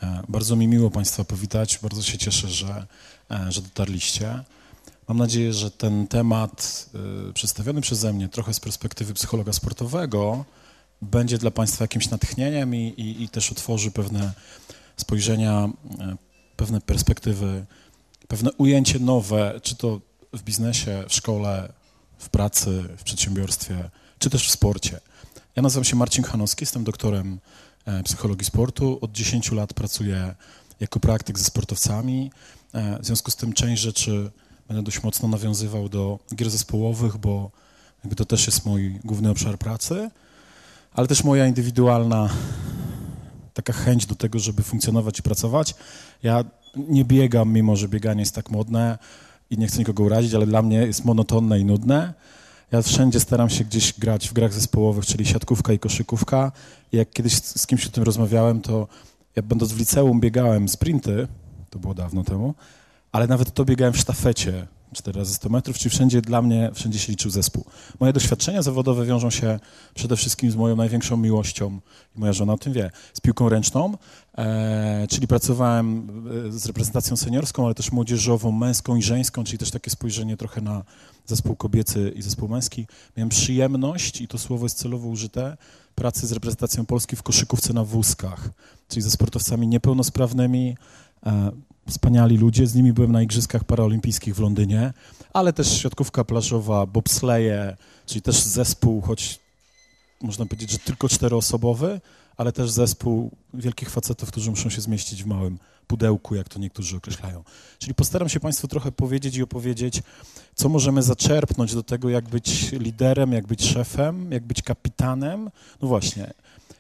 Bardzo mi miło Państwa powitać, bardzo się cieszę, że dotarliście. Mam nadzieję, że ten temat przedstawiony przeze mnie trochę z perspektywy psychologa sportowego będzie dla Państwa jakimś natchnieniem i też otworzy pewne spojrzenia, pewne perspektywy, pewne ujęcie nowe, czy to w biznesie, w szkole, w pracy, w przedsiębiorstwie, czy też w sporcie. Ja nazywam się Marcin Chanowski, jestem doktorem psychologii sportu. Od 10 lat pracuję jako praktyk ze sportowcami. W związku z tym część rzeczy będę dość mocno nawiązywał do gier zespołowych, bo jakby to też jest mój główny obszar pracy, ale też moja indywidualna taka chęć do tego, żeby funkcjonować i pracować. Ja nie biegam, mimo że bieganie jest tak modne i nie chcę nikogo urazić, ale dla mnie jest monotonne i nudne. Ja wszędzie staram się gdzieś grać w grach zespołowych, czyli siatkówka i koszykówka. I jak kiedyś z kimś o tym rozmawiałem, to ja będąc w liceum biegałem sprinty, to było dawno temu, ale nawet to biegałem w sztafecie 4 razy 100 metrów, czyli wszędzie się liczył zespół. Moje doświadczenia zawodowe wiążą się przede wszystkim z moją największą miłością, i moja żona o tym wie, z piłką ręczną, czyli pracowałem z reprezentacją seniorską, ale też młodzieżową, męską i żeńską, czyli też takie spojrzenie trochę na zespół kobiecy i zespół męski. Miałem przyjemność, i to słowo jest celowo użyte, pracy z reprezentacją Polski w koszykówce na wózkach, czyli ze sportowcami niepełnosprawnymi, wspaniali ludzie, z nimi byłem na Igrzyskach Paraolimpijskich w Londynie, ale też siatkówka plażowa, bobsleje, czyli też zespół, choć można powiedzieć, że tylko 4-osobowy, ale też zespół wielkich facetów, którzy muszą się zmieścić w małym pudełku, jak to niektórzy określają. Czyli postaram się Państwu trochę powiedzieć i opowiedzieć, co możemy zaczerpnąć do tego, jak być liderem, jak być szefem, jak być kapitanem. No właśnie,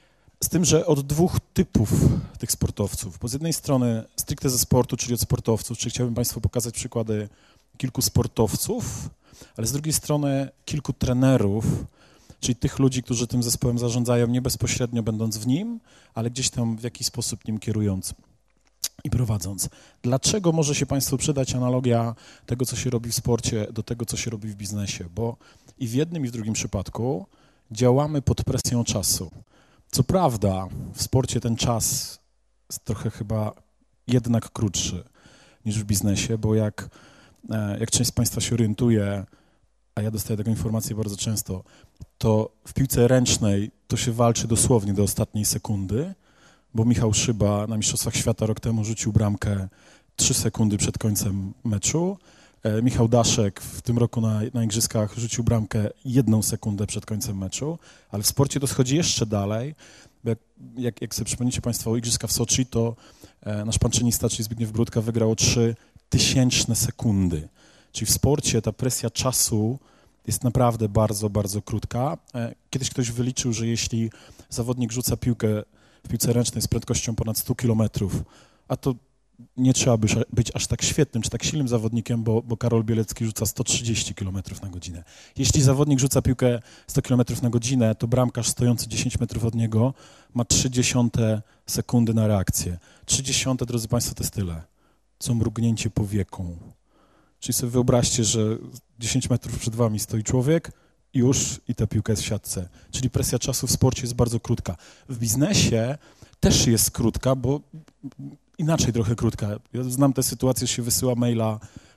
z tym, że od 2 typów tych sportowców, bo z jednej strony stricte ze sportu, czyli od sportowców, czyli chciałbym Państwu pokazać przykłady kilku sportowców, ale z drugiej strony kilku trenerów, czyli tych ludzi, którzy tym zespołem zarządzają nie bezpośrednio będąc w nim, ale gdzieś tam w jakiś sposób nim kierując i prowadząc. Dlaczego może się Państwu przydać analogia tego, co się robi w sporcie, do tego, co się robi w biznesie? Bo i w jednym, i w drugim przypadku działamy pod presją czasu. Co prawda w sporcie ten czas jest trochę chyba jednak krótszy niż w biznesie, bo jak część z Państwa się orientuje, a ja dostaję taką informację bardzo często, to w piłce ręcznej to się walczy dosłownie do ostatniej sekundy, bo Michał Szyba na Mistrzostwach Świata rok temu rzucił bramkę 3 sekundy przed końcem meczu. Michał Daszek w tym roku na Igrzyskach rzucił bramkę 1 sekundę przed końcem meczu, ale w sporcie to schodzi jeszcze dalej. Jak sobie przypomnicie Państwo o Igrzyska w Soczi, to nasz panczynista, czyli Zbigniew Bródka, wygrał o 0,003 sekundy. Czyli w sporcie ta presja czasu jest naprawdę bardzo, bardzo krótka. Kiedyś ktoś wyliczył, że jeśli zawodnik rzuca piłkę w piłce ręcznej z prędkością ponad 100 km, a to nie trzeba być aż tak świetnym czy tak silnym zawodnikiem, bo Karol Bielecki rzuca 130 km na godzinę. Jeśli zawodnik rzuca piłkę 100 km na godzinę, to bramkarz stojący 10 metrów od niego ma 0,3 sekundy na reakcję. 0,3, drodzy Państwo, to jest tyle, co mrugnięcie powieką. Czyli sobie wyobraźcie, że 10 metrów przed Wami stoi człowiek i ta piłka jest w siatce. Czyli presja czasu w sporcie jest bardzo krótka. W biznesie też jest krótka, bo inaczej trochę krótka. Ja znam tę sytuację, że się wysyła maila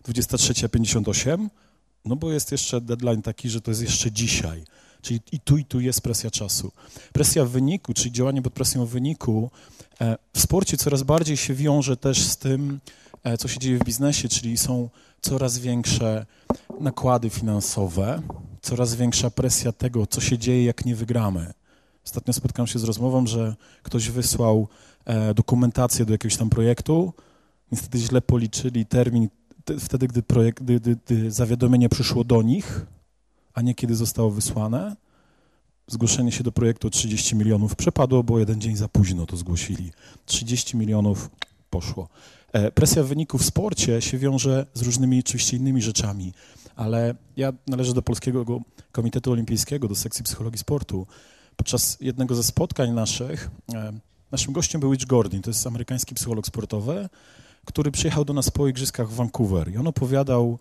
23:58, no bo jest jeszcze deadline taki, że to jest jeszcze dzisiaj. Czyli i tu jest presja czasu. Presja wyniku, czyli działanie pod presją wyniku w sporcie coraz bardziej się wiąże też z tym, co się dzieje w biznesie, czyli są coraz większe nakłady finansowe, coraz większa presja tego, co się dzieje, jak nie wygramy. Ostatnio spotkałem się z rozmową, że ktoś wysłał dokumentację do jakiegoś tam projektu, niestety źle policzyli termin wtedy, gdy zawiadomienie przyszło do nich, a nie kiedy zostało wysłane. Zgłoszenie się do projektu o 30 milionów przepadło, bo 1 dzień za późno to zgłosili. 30 milionów poszło. Presja wyników w sporcie się wiąże z różnymi oczywiście innymi rzeczami, ale ja należę do Polskiego Komitetu Olimpijskiego, do sekcji psychologii sportu. Podczas jednego ze spotkań naszym gościem był Rich Gordon, to jest amerykański psycholog sportowy, który przyjechał do nas po igrzyskach w Vancouver i on opowiadał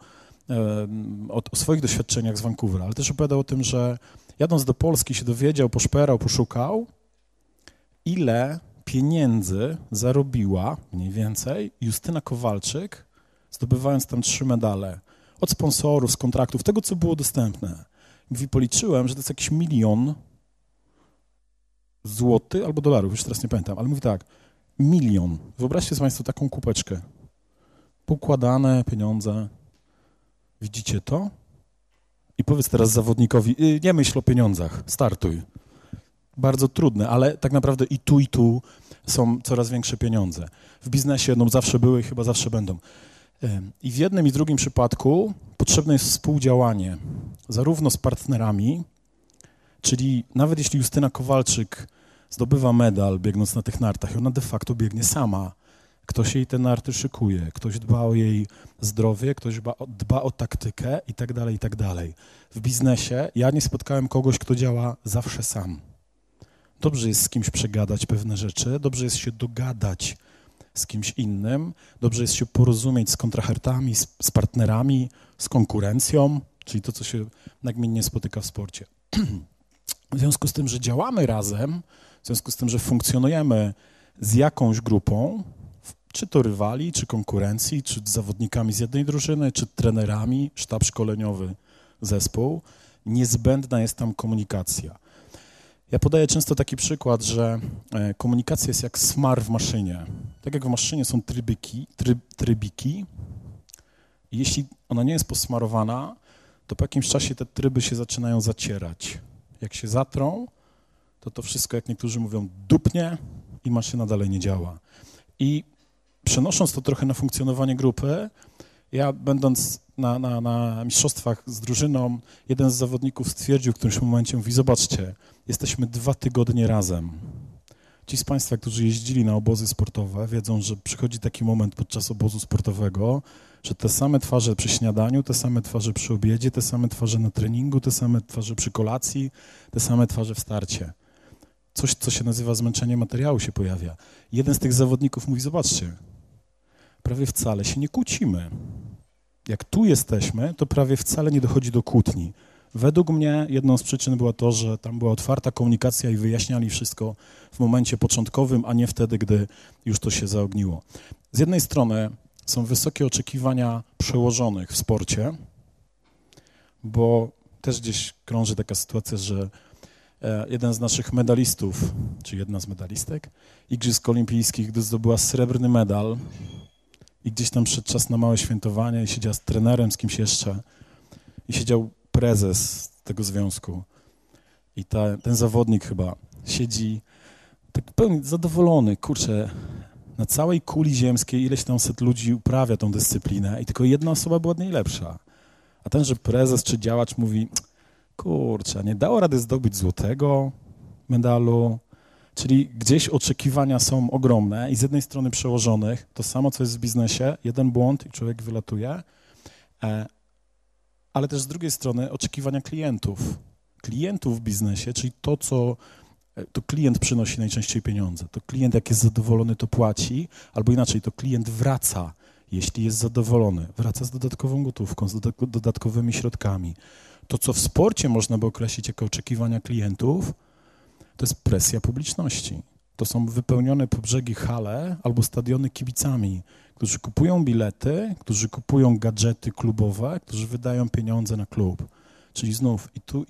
o swoich doświadczeniach z Vancouver, ale też opowiadał o tym, że jadąc do Polski się dowiedział, poszperał, poszukał, ile pieniędzy zarobiła mniej więcej Justyna Kowalczyk, zdobywając tam 3 medale od sponsorów, z kontraktów, tego, co było dostępne. Mówi, policzyłem, że to jest jakiś 1 000 000 złotych albo dolarów, już teraz nie pamiętam, ale mówi tak, 1 000 000. Wyobraźcie sobie Państwo taką kupeczkę. Poukładane pieniądze. Widzicie to? I powiedz teraz zawodnikowi, nie myśl o pieniądzach, startuj. Bardzo trudne, ale tak naprawdę i tu są coraz większe pieniądze. W biznesie zawsze były i chyba zawsze będą. I w jednym i drugim przypadku potrzebne jest współdziałanie, zarówno z partnerami, czyli nawet jeśli Justyna Kowalczyk zdobywa medal biegnąc na tych nartach i ona de facto biegnie sama, ktoś jej te narty szykuje, ktoś dba o jej zdrowie, ktoś dba o taktykę i tak dalej, i tak dalej. W biznesie ja nie spotkałem kogoś, kto działa zawsze sam. Dobrze jest z kimś przegadać pewne rzeczy, dobrze jest się dogadać z kimś innym, dobrze jest się porozumieć z kontrahentami, z partnerami, z konkurencją, czyli to, co się nagminnie spotyka w sporcie. W związku z tym, że działamy razem, w związku z tym, że funkcjonujemy z jakąś grupą, czy to rywali, czy konkurencji, czy zawodnikami z jednej drużyny, czy trenerami, sztab szkoleniowy, zespół, niezbędna jest tam komunikacja. Ja podaję często taki przykład, że komunikacja jest jak smar w maszynie. Tak jak w maszynie są trybiki, i jeśli ona nie jest posmarowana, to po jakimś czasie te tryby się zaczynają zacierać. Jak się zatrą, to wszystko, jak niektórzy mówią, dupnie i maszyna dalej nie działa. I przenosząc to trochę na funkcjonowanie grupy, ja będąc na mistrzostwach z drużyną, jeden z zawodników stwierdził w którymś momencie, mówi, zobaczcie, jesteśmy 2 tygodnie razem. Ci z Państwa, którzy jeździli na obozy sportowe, wiedzą, że przychodzi taki moment podczas obozu sportowego, że te same twarze przy śniadaniu, te same twarze przy obiedzie, te same twarze na treningu, te same twarze przy kolacji, te same twarze w starcie. Coś, co się nazywa zmęczenie materiału, się pojawia. Jeden z tych zawodników mówi, zobaczcie, prawie wcale się nie kłócimy. Jak tu jesteśmy, to prawie wcale nie dochodzi do kłótni. Według mnie jedną z przyczyn była to, że tam była otwarta komunikacja i wyjaśniali wszystko w momencie początkowym, a nie wtedy, gdy już to się zaogniło. Z jednej strony są wysokie oczekiwania przełożonych w sporcie, bo też gdzieś krąży taka sytuacja, że jeden z naszych medalistów, czy jedna z medalistek Igrzysk Olimpijskich, gdy zdobyła srebrny medal i gdzieś tam przyszedł czas na małe świętowanie i siedziała z trenerem, z kimś jeszcze i siedział prezes tego związku i ten zawodnik chyba siedzi tak pełni zadowolony, kurczę, na całej kuli ziemskiej ileś tam set ludzi uprawia tą dyscyplinę i tylko jedna osoba była najlepsza. A tenże prezes czy działacz mówi, kurczę, nie dało rady zdobyć złotego medalu, czyli gdzieś oczekiwania są ogromne i z jednej strony przełożonych, to samo co jest w biznesie, jeden błąd i człowiek wylatuje, ale też z drugiej strony oczekiwania klientów. Klientów w biznesie, czyli to klient przynosi najczęściej pieniądze. To klient, jak jest zadowolony, to płaci, albo inaczej, to klient wraca, jeśli jest zadowolony. Wraca z dodatkową gotówką, z dodatkowymi środkami. To, co w sporcie można by określić jako oczekiwania klientów, to jest presja publiczności. To są wypełnione po brzegi hale albo stadiony kibicami, którzy kupują bilety, którzy kupują gadżety klubowe, którzy wydają pieniądze na klub. Czyli znów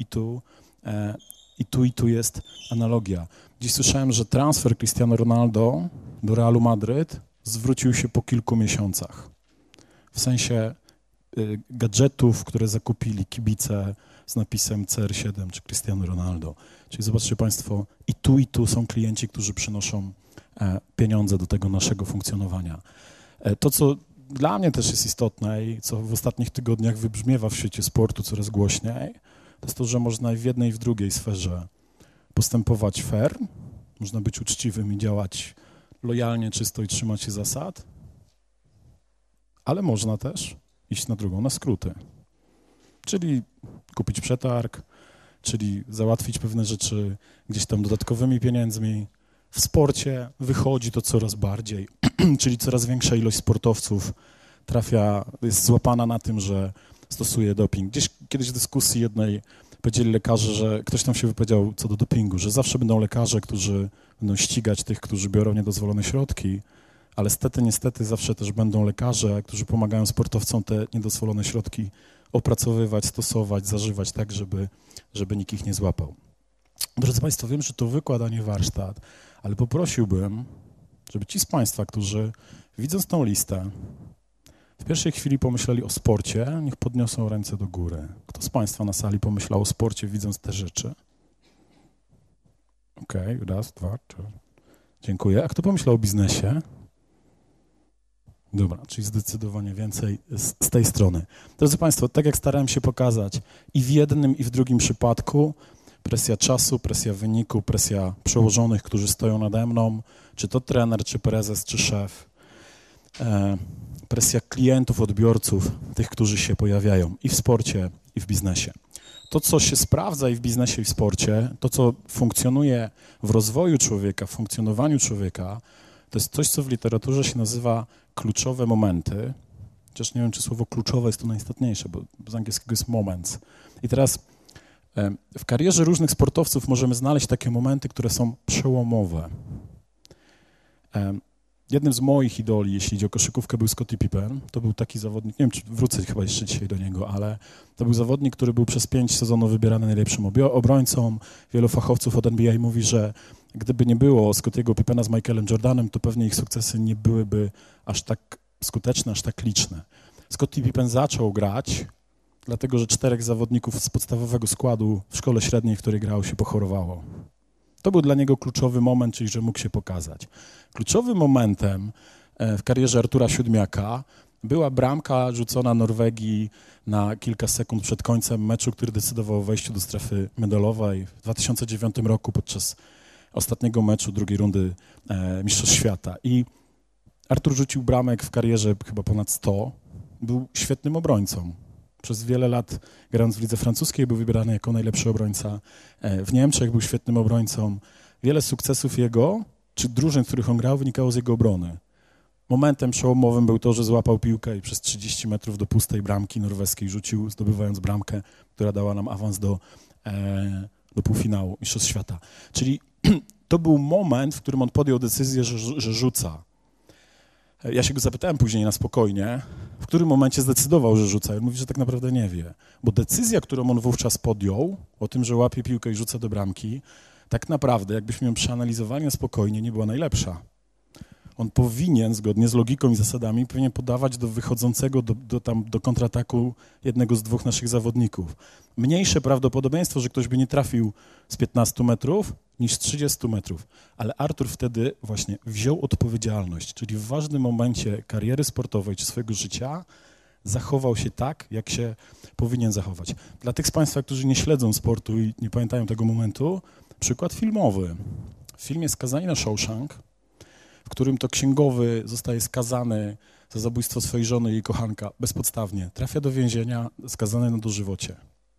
i tu jest analogia. Dziś słyszałem, że transfer Cristiano Ronaldo do Realu Madryt zwrócił się po kilku miesiącach. W sensie gadżetów, które zakupili kibice z napisem CR7 czy Cristiano Ronaldo. Czyli zobaczcie Państwo, i tu są klienci, którzy przynoszą pieniądze do tego naszego funkcjonowania. To, co dla mnie też jest istotne i co w ostatnich tygodniach wybrzmiewa w świecie sportu coraz głośniej, to jest to, że można i w jednej i w drugiej sferze postępować fair, można być uczciwym i działać lojalnie, czysto i trzymać się zasad, ale można też iść na drugą, na skróty. Czyli kupić przetarg, czyli załatwić pewne rzeczy gdzieś tam dodatkowymi pieniędzmi. W sporcie wychodzi to coraz bardziej, czyli coraz większa ilość sportowców jest złapana na tym, że stosuje doping. Gdzieś kiedyś w dyskusji jednej powiedzieli lekarze, że ktoś tam się wypowiedział co do dopingu, że zawsze będą lekarze, którzy będą ścigać tych, którzy biorą niedozwolone środki, ale niestety zawsze też będą lekarze, którzy pomagają sportowcom te niedozwolone środki opracowywać, stosować, zażywać tak, żeby nikt ich nie złapał. Drodzy Państwo, wiem, że to wykład, a nie warsztat, ale poprosiłbym, żeby ci z Państwa, którzy widząc tą listę, w pierwszej chwili pomyśleli o sporcie, niech podniosą ręce do góry. Kto z Państwa na sali pomyślał o sporcie, widząc te rzeczy? Okej, raz, dwa, trzy. Dziękuję. A kto pomyślał o biznesie? Dobra, czyli zdecydowanie więcej z tej strony. Drodzy Państwo, tak jak starałem się pokazać i w jednym, i w drugim przypadku, presja czasu, presja wyniku, presja przełożonych, którzy stoją nade mną, czy to trener, czy prezes, czy szef, presja klientów, odbiorców, tych, którzy się pojawiają i w sporcie, i w biznesie. To, co się sprawdza i w biznesie, i w sporcie, to, co funkcjonuje w rozwoju człowieka, w funkcjonowaniu człowieka, to jest coś, co w literaturze się nazywa kluczowe momenty. Chociaż nie wiem, czy słowo kluczowe jest tu najistotniejsze, bo z angielskiego jest moments. I teraz w karierze różnych sportowców możemy znaleźć takie momenty, które są przełomowe. Jednym z moich idoli, jeśli idzie o koszykówkę, był Scottie Pippen. To był taki zawodnik, nie wiem, czy wrócę chyba jeszcze dzisiaj do niego, ale to był zawodnik, który był przez 5 sezonów wybierany najlepszym obrońcą. Wielu fachowców od NBA mówi, że gdyby nie było Scottiego Pippena z Michaelem Jordanem, to pewnie ich sukcesy nie byłyby aż tak skuteczne, aż tak liczne. Scottie Pippen zaczął grać, dlatego że 4 zawodników z podstawowego składu w szkole średniej, w której grał, się pochorowało. To był dla niego kluczowy moment, czyli że mógł się pokazać. Kluczowym momentem w karierze Artura Siódmiaka była bramka rzucona Norwegii na kilka sekund przed końcem meczu, który decydował o wejściu do strefy medalowej w 2009 roku podczas ostatniego meczu drugiej rundy Mistrzostw Świata. I Artur rzucił bramek w karierze chyba ponad 100. Był świetnym obrońcą. Przez wiele lat, grając w lidze francuskiej, był wybierany jako najlepszy obrońca. W Niemczech był świetnym obrońcą. Wiele sukcesów jego, czy drużyn, w których on grał, wynikało z jego obrony. Momentem przełomowym był to, że złapał piłkę i przez 30 metrów do pustej bramki norweskiej rzucił, zdobywając bramkę, która dała nam awans do półfinału Mistrzostw Świata. Czyli to był moment, w którym on podjął decyzję, że rzuca. Ja się go zapytałem później na spokojnie, w którym momencie zdecydował, że rzuca. I on mówi, że tak naprawdę nie wie. Bo decyzja, którą on wówczas podjął, o tym, że łapie piłkę i rzuca do bramki, tak naprawdę, jakbyśmy ją przeanalizowali na spokojnie, nie była najlepsza. On powinien, zgodnie z logiką i zasadami, powinien podawać do wychodzącego do kontrataku jednego z 2 naszych zawodników. Mniejsze prawdopodobieństwo, że ktoś by nie trafił z 15 metrów niż z 30 metrów. Ale Artur wtedy właśnie wziął odpowiedzialność, czyli w ważnym momencie kariery sportowej czy swojego życia zachował się tak, jak się powinien zachować. Dla tych z Państwa, którzy nie śledzą sportu i nie pamiętają tego momentu, przykład filmowy. W filmie Skazani na Shawshank, w którym to księgowy zostaje skazany za zabójstwo swojej żony i jej kochanka bezpodstawnie. Trafia do więzienia, skazany na dożywocie.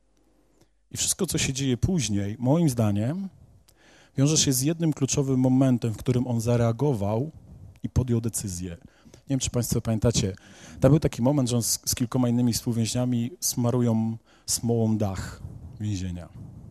I wszystko, co się dzieje później, moim zdaniem, wiąże się z jednym kluczowym momentem, w którym on zareagował i podjął decyzję. Nie wiem, czy Państwo pamiętacie, tam był taki moment, że on z kilkoma innymi współwięźniami smarują smołą dach więzienia.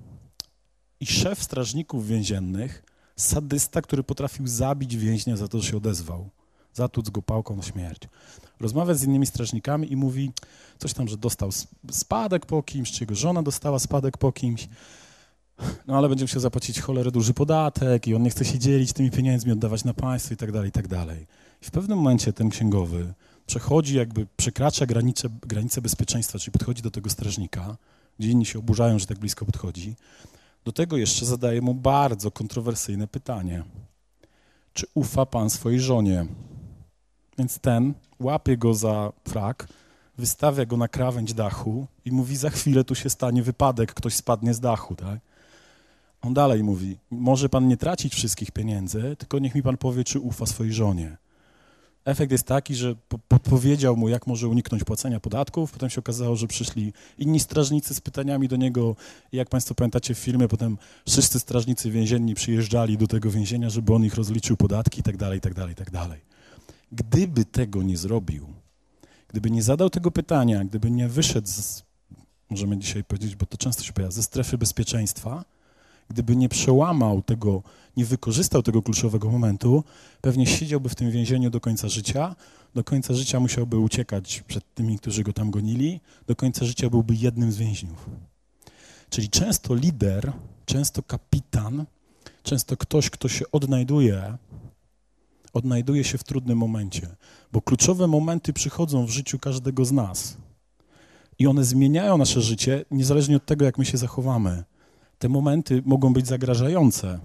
I szef strażników więziennych, sadysta, który potrafił zabić więźnia za to, że się odezwał. Zatłuc go pałką na śmierć. Rozmawia z innymi strażnikami i mówi coś tam, że dostał spadek po kimś, czy jego żona dostała spadek po kimś. No ale będzie musiał zapłacić cholerę duży podatek i on nie chce się dzielić tymi pieniędzmi, oddawać na państwo i tak dalej, i tak dalej. I w pewnym momencie ten księgowy przekracza granicę bezpieczeństwa, czyli podchodzi do tego strażnika, gdzie inni się oburzają, że tak blisko podchodzi. Do tego jeszcze zadaje mu bardzo kontrowersyjne pytanie. Czy ufa pan swojej żonie? Więc ten łapie go za frak, wystawia go na krawędź dachu i mówi, za chwilę tu się stanie wypadek, ktoś spadnie z dachu, tak? On dalej mówi, może pan nie tracić wszystkich pieniędzy, tylko niech mi pan powie, czy ufa swojej żonie. Efekt jest taki, że podpowiedział mu, jak może uniknąć płacenia podatków. Potem się okazało, że przyszli inni strażnicy z pytaniami do niego. I jak Państwo pamiętacie w filmie, potem wszyscy strażnicy więzienni przyjeżdżali do tego więzienia, żeby on ich rozliczył podatki i tak dalej, i tak dalej, i tak dalej. Gdyby tego nie zrobił, gdyby nie zadał tego pytania, gdyby nie wyszedł możemy dzisiaj powiedzieć, bo to często się pojawia, ze strefy bezpieczeństwa, gdyby nie przełamał tego, nie wykorzystał tego kluczowego momentu, pewnie siedziałby w tym więzieniu do końca życia. Do końca życia musiałby uciekać przed tymi, którzy go tam gonili. Do końca życia byłby jednym z więźniów. Czyli często lider, często kapitan, często ktoś, kto się odnajduje się w trudnym momencie, bo kluczowe momenty przychodzą w życiu każdego z nas i one zmieniają nasze życie, niezależnie od tego, jak my się zachowamy. Te momenty mogą być zagrażające,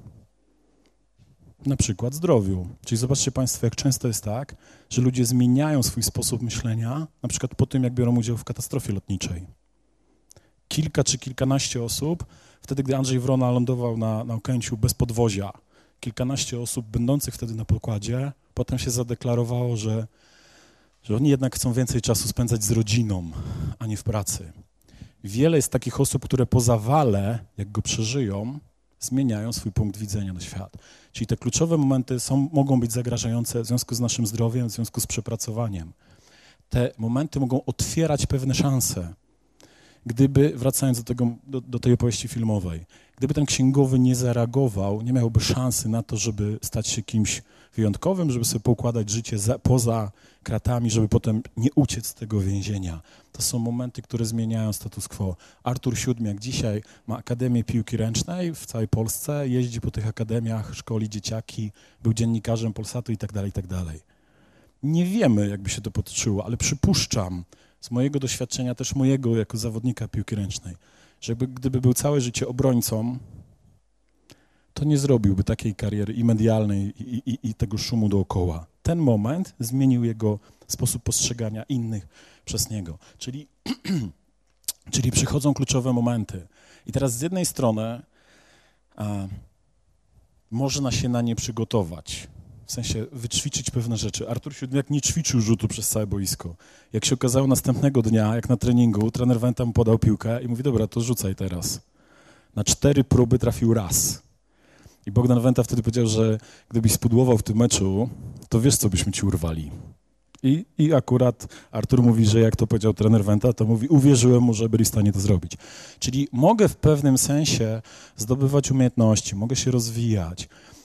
na przykład zdrowiu. Czyli zobaczcie Państwo, jak często jest tak, że ludzie zmieniają swój sposób myślenia, na przykład po tym, jak biorą udział w katastrofie lotniczej. Kilka czy kilkanaście osób, wtedy gdy Andrzej Wrona lądował na Okęciu bez podwozia, kilkanaście osób będących wtedy na pokładzie, potem się zadeklarowało, że oni jednak chcą więcej czasu spędzać z rodziną, a nie w pracy. Wiele jest takich osób, które po zawale, jak go przeżyją, zmieniają swój punkt widzenia na świat. Czyli te kluczowe momenty mogą być zagrażające w związku z naszym zdrowiem, w związku z przepracowaniem. Te momenty mogą otwierać pewne szanse. Gdyby, wracając do tej opowieści filmowej, gdyby ten księgowy nie zareagował, nie miałby szansy na to, żeby stać się kimś wyjątkowym, żeby sobie poukładać życie poza kratami, żeby potem nie uciec z tego więzienia. To są momenty, które zmieniają status quo. Artur Siódmiak dzisiaj ma Akademię Piłki Ręcznej w całej Polsce, jeździ po tych akademiach, szkoli dzieciaki, był dziennikarzem Polsatu i tak dalej. Nie wiemy, jakby się to potoczyło, ale przypuszczam, z mojego doświadczenia, też mojego jako zawodnika piłki ręcznej, że gdyby był całe życie obrońcą, to nie zrobiłby takiej kariery i medialnej, i tego szumu dookoła. Ten moment zmienił jego sposób postrzegania innych przez niego. Czyli przychodzą kluczowe momenty. I teraz z jednej strony można się na nie przygotować. W sensie wyćwiczyć pewne rzeczy. Artur Siódmiak nie ćwiczył rzutu przez całe boisko. Jak się okazało następnego dnia, jak na treningu, trener Wenta mu podał piłkę i mówi, dobra, to rzucaj teraz. Na 4 próby trafił raz. I Bogdan Wenta wtedy powiedział, że gdybyś spudłował w tym meczu, to wiesz, co byśmy ci urwali. I akurat Artur mówi, że jak to powiedział trener Wenta, to mówi, uwierzyłem mu, że byli w stanie to zrobić. Czyli mogę w pewnym sensie zdobywać umiejętności, mogę się rozwijać,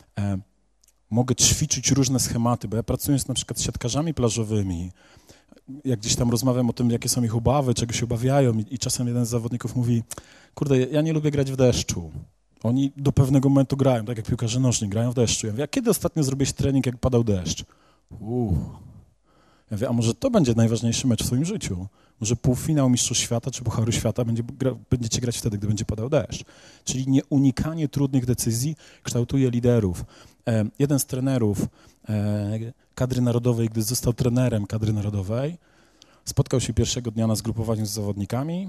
mogę ćwiczyć różne schematy, bo ja pracując na przykład z siatkarzami plażowymi, jak gdzieś tam rozmawiam o tym, jakie są ich obawy, czego się obawiają i czasem jeden z zawodników mówi, kurde, ja nie lubię grać w deszczu. Oni do pewnego momentu grają, tak jak piłkarze nożni, grają w deszczu. Ja mówię, a kiedy ostatnio zrobiłeś trening, jak padał deszcz? Ja mówię, a może to będzie najważniejszy mecz w swoim życiu? Może półfinał Mistrzostw Świata czy Pucharu Świata będziecie grać wtedy, gdy będzie padał deszcz. Czyli nieunikanie trudnych decyzji kształtuje liderów. Jeden z trenerów kadry narodowej, gdy został trenerem kadry narodowej, spotkał się pierwszego dnia na zgrupowaniu z zawodnikami,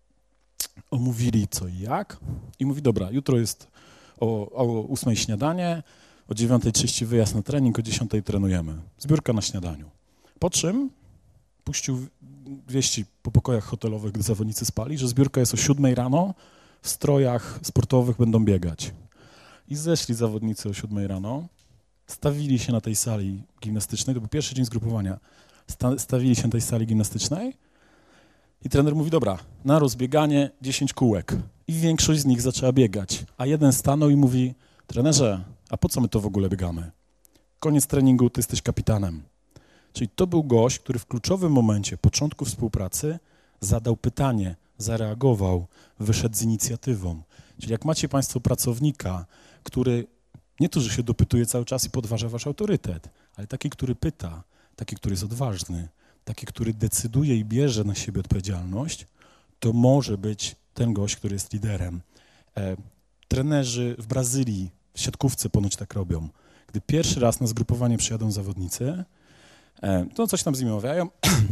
omówili co i jak i mówi, dobra, jutro jest o 8 śniadanie, o 9:30 wyjazd na trening, o 10 trenujemy. Zbiórka na śniadaniu. Po czym puścił wieści po pokojach hotelowych, gdy zawodnicy spali, że zbiórka jest o 7 rano, w strojach sportowych będą biegać. I zeszli zawodnicy o 7 rano, stawili się na tej sali gimnastycznej, to był pierwszy dzień zgrupowania, stawili się na tej sali gimnastycznej i trener mówi, dobra, na rozbieganie 10 kółek. I większość z nich zaczęła biegać, a jeden stanął i mówi, trenerze, a po co my to w ogóle biegamy? Koniec treningu, ty jesteś kapitanem. Czyli to był gość, który w kluczowym momencie, początku współpracy, zadał pytanie, zareagował, wyszedł z inicjatywą. Czyli jak macie Państwo pracownika, który nie to, że się dopytuje cały czas i podważa wasz autorytet, ale taki, który pyta, taki, który jest odważny, taki, który decyduje i bierze na siebie odpowiedzialność, to może być ten gość, który jest liderem. Trenerzy w Brazylii, w siatkówce ponoć tak robią. Gdy pierwszy raz na zgrupowanie przyjadą zawodnicy, to coś tam z nimi omawiają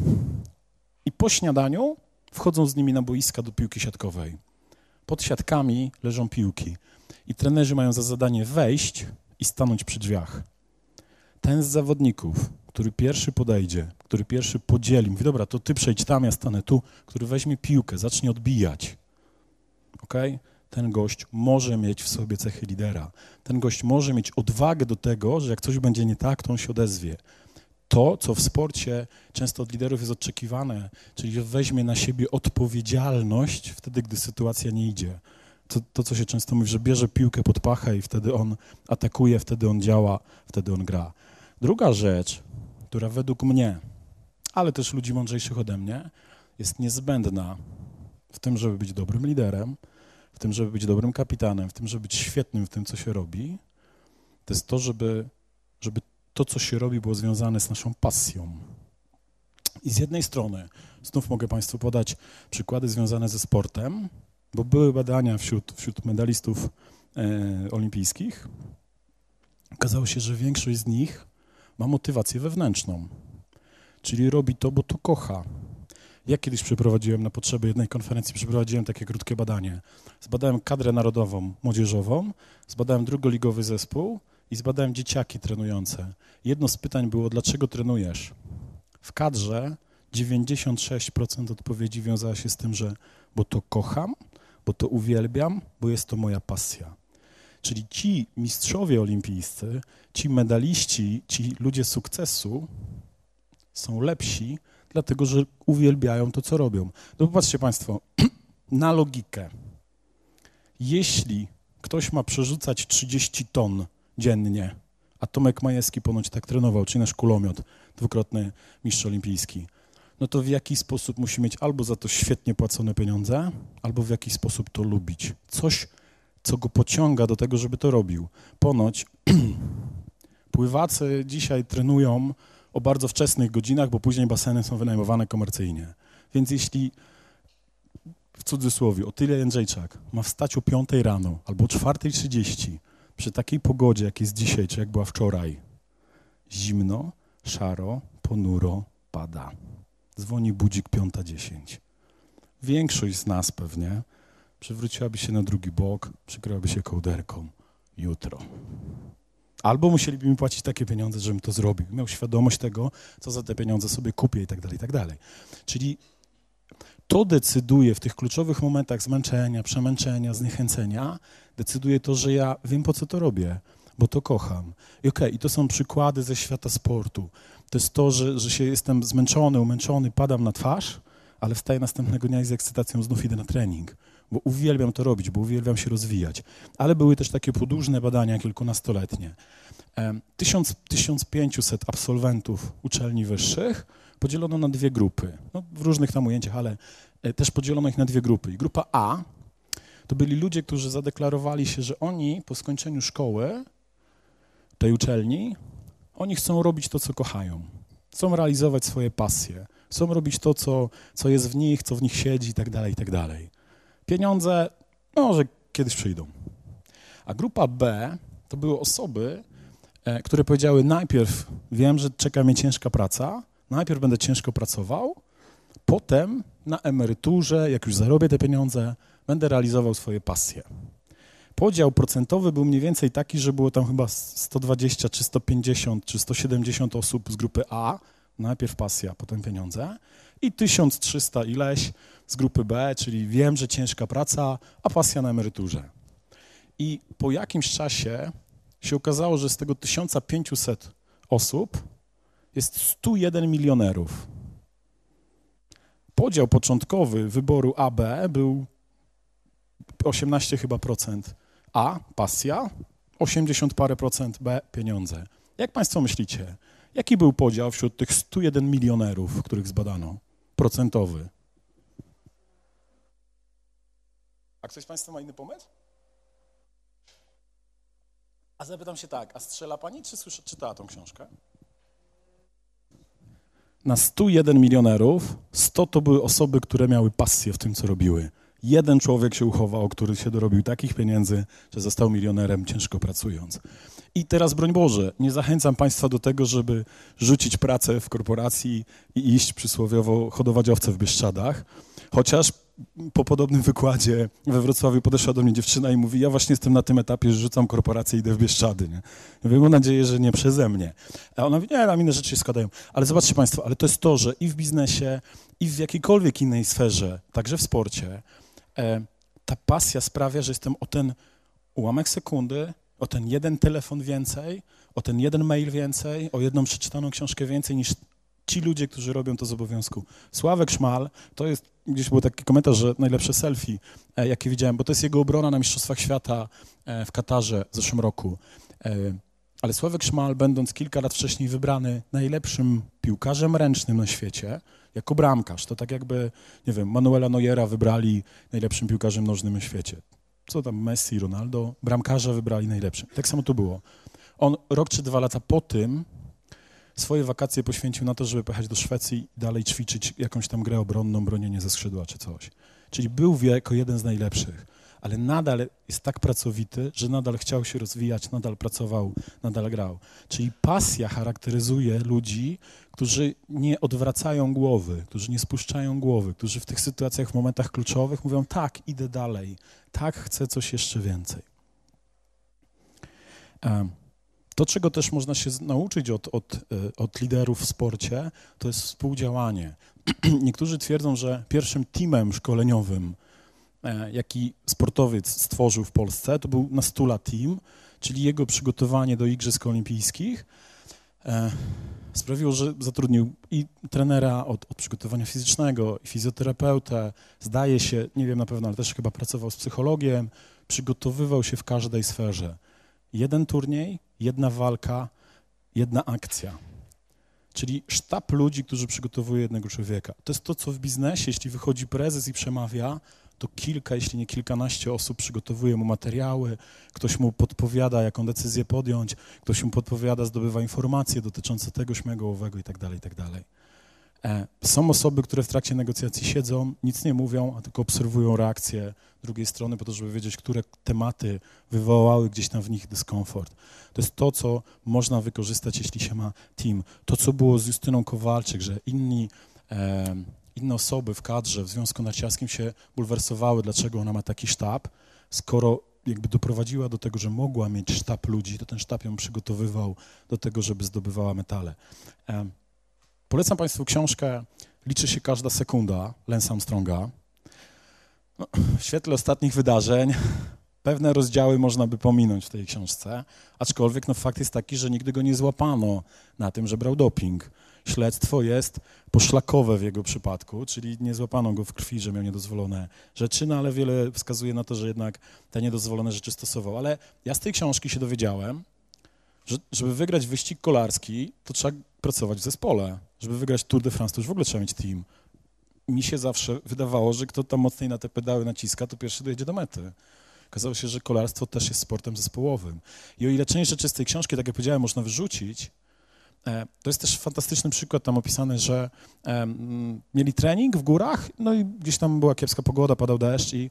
i po śniadaniu wchodzą z nimi na boiska do piłki siatkowej. Pod siatkami leżą piłki i trenerzy mają za zadanie wejść i stanąć przy drzwiach. Ten z zawodników, który pierwszy podejdzie, który pierwszy podzieli, mówi, dobra, to ty przejdź tam, ja stanę tu, który weźmie piłkę, zacznie odbijać. Okay? Ten gość może mieć w sobie cechy lidera. Ten gość może mieć odwagę do tego, że jak coś będzie nie tak, to on się odezwie. to, co w sporcie często od liderów jest oczekiwane, czyli że weźmie na siebie odpowiedzialność wtedy, gdy sytuacja nie idzie. To, co się często mówi, że bierze piłkę pod pachę i wtedy on atakuje, wtedy on działa, wtedy on gra. Druga rzecz, która według mnie, ale też ludzi mądrzejszych ode mnie, jest niezbędna w tym, żeby być dobrym liderem, w tym, żeby być dobrym kapitanem, w tym, żeby być świetnym w tym, co się robi, to jest to, żeby to, co się robi, było związane z naszą pasją. I z jednej strony, znów mogę Państwu podać przykłady związane ze sportem, bo były badania wśród medalistów olimpijskich. Okazało się, że większość z nich ma motywację wewnętrzną, czyli robi to, bo to kocha. Ja kiedyś przeprowadziłem na potrzeby jednej konferencji, takie krótkie badanie. Zbadałem kadrę narodową, młodzieżową, zbadałem drugoligowy zespół i zbadałem dzieciaki trenujące. Jedno z pytań było, dlaczego trenujesz? W kadrze 96% odpowiedzi wiązała się z tym, że bo to kocham, bo to uwielbiam, bo jest to moja pasja. Czyli ci mistrzowie olimpijscy, ci medaliści, ci ludzie sukcesu są lepsi, dlatego że uwielbiają to, co robią. No popatrzcie Państwo, na logikę. Jeśli ktoś ma przerzucać 30 ton dziennie, a Tomek Majewski ponoć tak trenował, czyli nasz kulomiot, dwukrotny mistrz olimpijski, no to w jaki sposób musi mieć albo za to świetnie płacone pieniądze, albo w jakiś sposób to lubić. Coś, co go pociąga do tego, żeby to robił. Ponoć pływacy dzisiaj trenują o bardzo wczesnych godzinach, bo później baseny są wynajmowane komercyjnie. Więc jeśli, w cudzysłowie, Otylia Jędrzejczak ma wstać o 5 rano albo o 4:30 przy takiej pogodzie, jak jest dzisiaj, czy jak była wczoraj, zimno, szaro, ponuro, pada. Dzwoni budzik 5:10. Większość z nas pewnie przewróciłaby się na drugi bok, przykryłaby się kołderką. Jutro. Albo musieliby mi płacić takie pieniądze, żebym to zrobił. Miał świadomość tego, co za te pieniądze sobie kupię i tak dalej, i tak dalej. Czyli to decyduje w tych kluczowych momentach zmęczenia, przemęczenia, zniechęcenia, decyduje to, że ja wiem, po co to robię, bo to kocham. I i to są przykłady ze świata sportu. To jest to, że się jestem zmęczony, umęczony, padam na twarz, ale wstaję następnego dnia i z ekscytacją znów idę na trening, bo uwielbiam to robić, bo uwielbiam się rozwijać. Ale były też takie podłużne badania kilkunastoletnie. 1500 absolwentów uczelni wyższych podzielono na dwie grupy. No, w różnych tam ujęciach, ale też podzielono ich na dwie grupy. I grupa A to byli ludzie, którzy zadeklarowali się, że oni po skończeniu szkoły, tej uczelni, oni chcą robić to, co kochają. Chcą realizować swoje pasje. Chcą robić to, co jest w nich, co w nich siedzi i tak dalej, i tak dalej. Pieniądze może kiedyś przyjdą. A grupa B to były osoby, które powiedziały najpierw wiem, że czeka mnie ciężka praca, najpierw będę ciężko pracował, potem na emeryturze, jak już zarobię te pieniądze, będę realizował swoje pasje. Podział procentowy był mniej więcej taki, że było tam chyba 120, czy 150, czy 170 osób z grupy A, najpierw pasja, potem pieniądze, i 1300 ileś z grupy B, czyli wiem, że ciężka praca, a pasja na emeryturze. I po jakimś czasie się okazało, że z tego 1500 osób jest 101 milionerów. Podział początkowy wyboru AB był 18 chyba procent A, pasja, 80 parę procent B, pieniądze. Jak Państwo myślicie, jaki był podział wśród tych 101 milionerów, których zbadano, procentowy? A ktoś z Państwa ma inny pomysł? A zapytam się tak, a strzela Pani, czy czytała tą książkę? Na 101 milionerów, 100 to były osoby, które miały pasję w tym, co robiły. Jeden człowiek się uchował, który się dorobił takich pieniędzy, że został milionerem ciężko pracując. I teraz, broń Boże, nie zachęcam Państwa do tego, żeby rzucić pracę w korporacji i iść przysłowiowo hodować owce w Bieszczadach, chociaż po podobnym wykładzie we Wrocławiu podeszła do mnie dziewczyna i mówi, ja właśnie jestem na tym etapie, że rzucam korporację i idę w Bieszczady. Nie? Ja mówię, mam nadzieję, że nie przeze mnie. A ona mówi, nie, nam inne rzeczy się składają. Ale zobaczcie Państwo, ale to jest to, że i w biznesie, i w jakiejkolwiek innej sferze, także w sporcie, ta pasja sprawia, że jestem o ten ułamek sekundy, o ten jeden telefon więcej, o ten jeden mail więcej, o jedną przeczytaną książkę więcej niż ci ludzie, którzy robią to z obowiązku. Sławek Szmal, to jest, gdzieś był taki komentarz, że najlepsze selfie, jakie widziałem, bo to jest jego obrona na Mistrzostwach Świata w Katarze w zeszłym roku. Ale Sławek Szmal, będąc kilka lat wcześniej wybrany najlepszym piłkarzem ręcznym na świecie, jako bramkarz, to tak jakby, nie wiem, Manuela Neuera wybrali najlepszym piłkarzem nożnym na świecie. Co tam, Messi, Ronaldo, bramkarza wybrali najlepszym. Tak samo to było. On rok czy 2 lata po tym swoje wakacje poświęcił na to, żeby pojechać do Szwecji i dalej ćwiczyć jakąś tam grę obronną, bronienie ze skrzydła czy coś. Czyli był jako jeden z najlepszych, ale nadal jest tak pracowity, że nadal chciał się rozwijać, nadal pracował, nadal grał. Czyli pasja charakteryzuje ludzi, którzy nie odwracają głowy, którzy nie spuszczają głowy, którzy w tych sytuacjach, w momentach kluczowych mówią: tak, idę dalej, tak, chcę coś jeszcze więcej. To, czego też można się nauczyć od liderów w sporcie, to jest współdziałanie. Niektórzy twierdzą, że pierwszym teamem szkoleniowym, jaki sportowiec stworzył w Polsce, to był Nastula Team, czyli jego przygotowanie do Igrzysk Olimpijskich sprawiło, że zatrudnił i trenera od przygotowania fizycznego, i fizjoterapeutę, zdaje się, nie wiem na pewno, ale też chyba pracował z psychologiem, przygotowywał się w każdej sferze. Jeden turniej, jedna walka, jedna akcja. Czyli sztab ludzi, którzy przygotowują jednego człowieka. To jest to, co w biznesie, jeśli wychodzi prezes i przemawia, to kilka, jeśli nie kilkanaście osób przygotowuje mu materiały, ktoś mu podpowiada, jaką decyzję podjąć, ktoś mu podpowiada, zdobywa informacje dotyczące tego, śmego, owego itd., itd. Są osoby, które w trakcie negocjacji siedzą, nic nie mówią, a tylko obserwują reakcję drugiej strony po to, żeby wiedzieć, które tematy wywołały gdzieś tam w nich dyskomfort. To jest to, co można wykorzystać, jeśli się ma team. To, co było z Justyną Kowalczyk, że inne osoby w kadrze w Związku Narciarskim się bulwersowały, dlaczego ona ma taki sztab, skoro jakby doprowadziła do tego, że mogła mieć sztab ludzi, to ten sztab ją przygotowywał do tego, żeby zdobywała medale. Polecam Państwu książkę Liczy się każda sekunda Lance Armstronga. No, w świetle ostatnich wydarzeń pewne rozdziały można by pominąć w tej książce, aczkolwiek fakt jest taki, że nigdy go nie złapano na tym, że brał doping. Śledztwo jest poszlakowe w jego przypadku, czyli nie złapano go w krwi, że miał niedozwolone rzeczy, ale wiele wskazuje na to, że jednak te niedozwolone rzeczy stosował. Ale ja z tej książki się dowiedziałem, że żeby wygrać wyścig kolarski, to trzeba pracować w zespole. Żeby wygrać Tour de France, to już w ogóle trzeba mieć team. Mi się zawsze wydawało, że kto tam mocniej na te pedały naciska, to pierwszy dojedzie do mety. Okazało się, że kolarstwo też jest sportem zespołowym. I o ile część rzeczy z tej książki, tak jak powiedziałem, można wyrzucić, to jest też fantastyczny przykład tam opisany, że mieli trening w górach, no i gdzieś tam była kiepska pogoda, padał deszcz i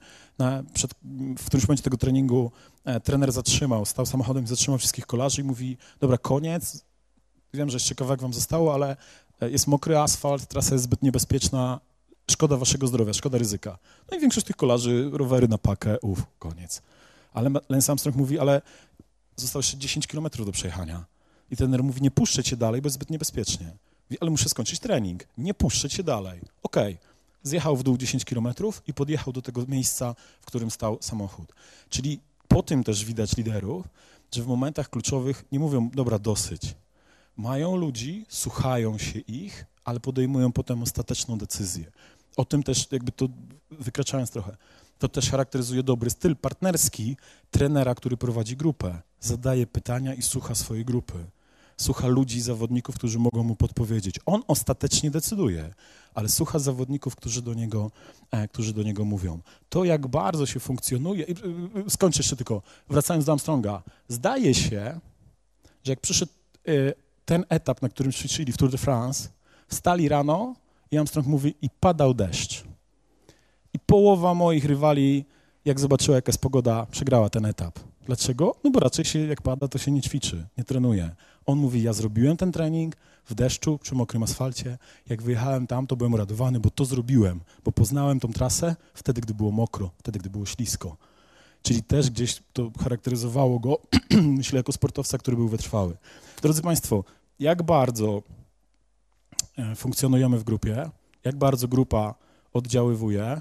w którymś momencie tego treningu trener stał samochodem i zatrzymał wszystkich kolarzy i mówi: dobra, koniec, wiem, że jeszcze kawałek wam zostało, ale jest mokry asfalt, trasa jest zbyt niebezpieczna, szkoda waszego zdrowia, szkoda ryzyka. No i większość tych kolarzy, rowery na pakę, koniec. Ale Lance Armstrong mówi: ale zostało jeszcze 10 kilometrów do przejechania. I trener mówi: nie puszczę cię dalej, bo jest zbyt niebezpiecznie. Mówi: ale muszę skończyć trening, nie puszczę cię dalej. Okej. Zjechał w dół 10 kilometrów i podjechał do tego miejsca, w którym stał samochód. Czyli po tym też widać liderów, że w momentach kluczowych nie mówią: dobra, dosyć. Mają ludzi, słuchają się ich, ale podejmują potem ostateczną decyzję. O tym też, jakby to wykraczając trochę, to też charakteryzuje dobry styl partnerski trenera, który prowadzi grupę. Zadaje pytania i słucha swojej grupy. Słucha ludzi, zawodników, którzy mogą mu podpowiedzieć. On ostatecznie decyduje, ale słucha zawodników, którzy do niego mówią. To, jak bardzo się funkcjonuje... Skończę jeszcze tylko, wracając do Armstronga. Zdaje się, że jak przyszedł ten etap, na którym ćwiczyli w Tour de France, wstali rano i Armstrong mówi: i padał deszcz. I połowa moich rywali, jak zobaczyła, jaka jest pogoda, przegrała ten etap. Dlaczego? No bo raczej się, jak pada, to się nie ćwiczy, nie trenuje. On mówi: ja zrobiłem ten trening w deszczu, przy mokrym asfalcie. Jak wyjechałem tam, to byłem uradowany, bo to zrobiłem, bo poznałem tą trasę wtedy, gdy było mokro, wtedy, gdy było ślisko. Czyli też gdzieś to charakteryzowało go, myślę, jako sportowca, który był wytrwały. Drodzy Państwo, jak bardzo funkcjonujemy w grupie, jak bardzo grupa oddziaływuje,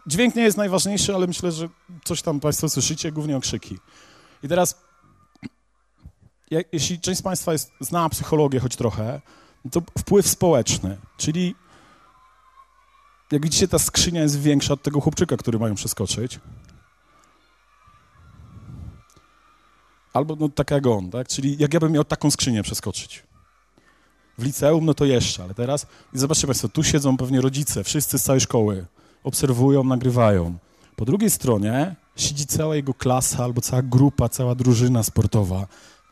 dźwięk nie jest najważniejszy, ale myślę, że coś tam Państwo słyszycie, głównie okrzyki. I teraz, jeśli część z Państwa zna psychologię choć trochę, to wpływ społeczny, czyli jak widzicie, ta skrzynia jest większa od tego chłopczyka, który mają przeskoczyć. Albo no tak jak on, tak? Czyli jak ja bym miał taką skrzynię przeskoczyć. W liceum, no to jeszcze, ale teraz... I zobaczcie Państwo, tu siedzą pewnie rodzice, wszyscy z całej szkoły, obserwują, nagrywają. Po drugiej stronie siedzi cała jego klasa albo cała grupa, cała drużyna sportowa.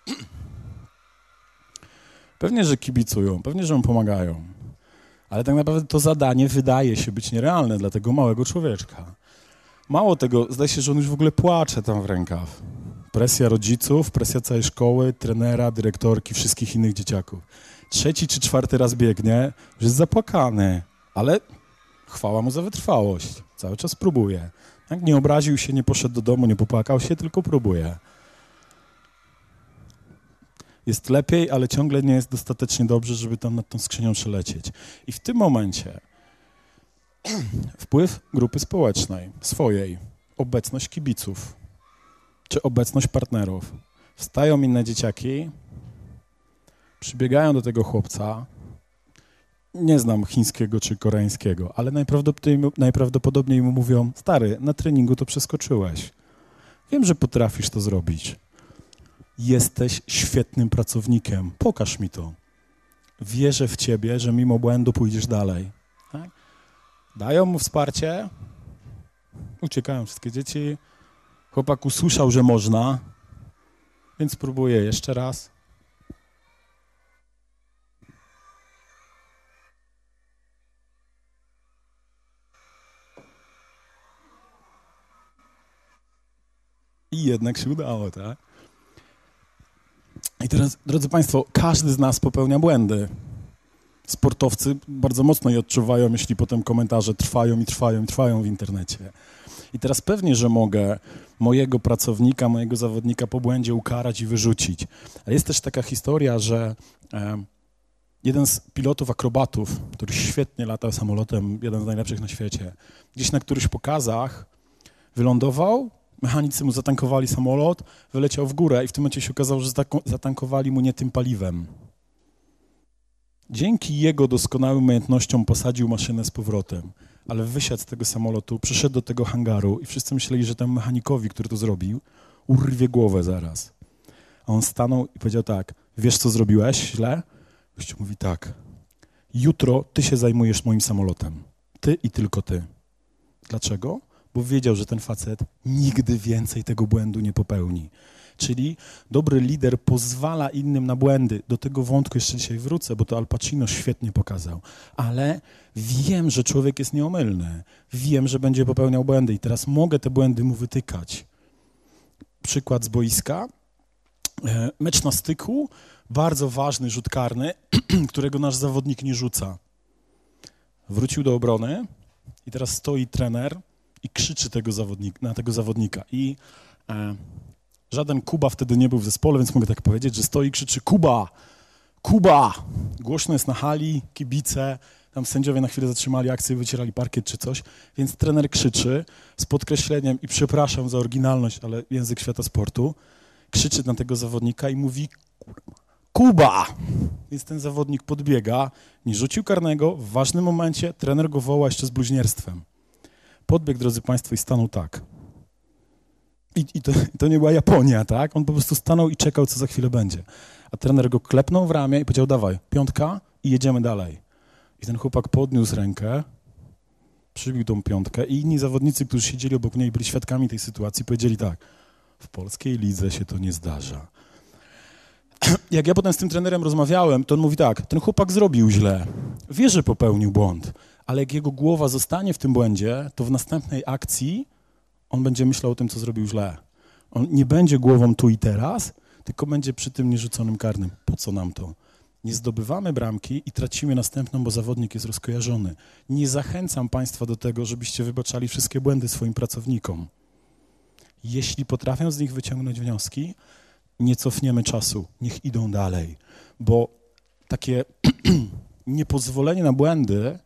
Pewnie, że kibicują, pewnie, że mu pomagają. Ale tak naprawdę to zadanie wydaje się być nierealne dla tego małego człowieczka. Mało tego, zdaje się, że on już w ogóle płacze tam w rękaw. Presja rodziców, presja całej szkoły, trenera, dyrektorki, wszystkich innych dzieciaków. 3. czy 4. raz biegnie, już jest zapłakany, ale chwała mu za wytrwałość. Cały czas próbuje. Tak? Nie obraził się, nie poszedł do domu, nie popłakał się, tylko próbuje. Jest lepiej, ale ciągle nie jest dostatecznie dobrze, żeby tam nad tą skrzynią przelecieć. I w tym momencie wpływ grupy społecznej, swojej, obecność kibiców, czy obecność partnerów. Wstają inne dzieciaki, przybiegają do tego chłopca, nie znam chińskiego czy koreańskiego, ale najprawdopodobniej mu mówią: stary, na treningu to przeskoczyłeś. Wiem, że potrafisz to zrobić. Jesteś świetnym pracownikiem. Pokaż mi to. Wierzę w ciebie, że mimo błędu pójdziesz dalej. Tak? Dają mu wsparcie. Uciekają wszystkie dzieci. Chłopak usłyszał, że można, więc próbuje jeszcze raz. I jednak się udało, tak? I teraz, drodzy Państwo, każdy z nas popełnia błędy. Sportowcy bardzo mocno je odczuwają, jeśli potem komentarze trwają i trwają i trwają w internecie. I teraz pewnie, że mogę mojego pracownika, mojego zawodnika po błędzie ukarać i wyrzucić. Ale jest też taka historia, że jeden z pilotów akrobatów, który świetnie latał samolotem, jeden z najlepszych na świecie, gdzieś na którychś pokazach wylądował, mechanicy mu zatankowali samolot, wyleciał w górę i w tym momencie się okazało, że zatankowali mu nie tym paliwem. Dzięki jego doskonałym umiejętnościom posadził maszynę z powrotem, ale wysiadł z tego samolotu, przyszedł do tego hangaru i wszyscy myśleli, że temu mechanikowi, który to zrobił, urwie głowę zaraz. A on stanął i powiedział tak: wiesz, co zrobiłeś źle? Gościu mówi tak: jutro ty się zajmujesz moim samolotem. Ty i tylko ty. Dlaczego? Bo wiedział, że ten facet nigdy więcej tego błędu nie popełni. Czyli dobry lider pozwala innym na błędy. Do tego wątku jeszcze dzisiaj wrócę, bo to Al Pacino świetnie pokazał. Ale wiem, że człowiek jest nieomylny. Wiem, że będzie popełniał błędy i teraz mogę te błędy mu wytykać. Przykład z boiska. Mecz na styku, bardzo ważny rzut karny, którego nasz zawodnik nie rzuca. Wrócił do obrony i teraz stoi trener i krzyczy na tego zawodnika. I żaden Kuba wtedy nie był w zespole, więc mogę tak powiedzieć, że stoi i krzyczy: Kuba! Kuba! Głośno jest na hali, kibice, tam sędziowie na chwilę zatrzymali akcję, wycierali parkiet czy coś, więc trener krzyczy z podkreśleniem, i przepraszam za oryginalność, ale język świata sportu, krzyczy na tego zawodnika i mówi: Kuba! Więc ten zawodnik podbiega, nie rzucił karnego, w ważnym momencie trener go woła jeszcze z bluźnierstwem. Podbiegł, drodzy Państwo, i stanął tak. I to nie była Japonia, tak? On po prostu stanął i czekał, co za chwilę będzie. A trener go klepnął w ramię i powiedział: dawaj, 5 i jedziemy dalej. I ten chłopak podniósł rękę, przybił tą 5 i inni zawodnicy, którzy siedzieli obok mnie i byli świadkami tej sytuacji, powiedzieli tak: w polskiej lidze się to nie zdarza. Jak ja potem z tym trenerem rozmawiałem, to on mówi tak: ten chłopak zrobił źle, wie, że popełnił błąd, ale jak jego głowa zostanie w tym błędzie, to w następnej akcji on będzie myślał o tym, co zrobił źle. On nie będzie głową tu i teraz, tylko będzie przy tym nierzuconym karnym. Po co nam to? Nie zdobywamy bramki i tracimy następną, bo zawodnik jest rozkojarzony. Nie zachęcam Państwa do tego, żebyście wybaczali wszystkie błędy swoim pracownikom. Jeśli potrafią z nich wyciągnąć wnioski, nie cofniemy czasu, niech idą dalej. Bo takie niepozwolenie na błędy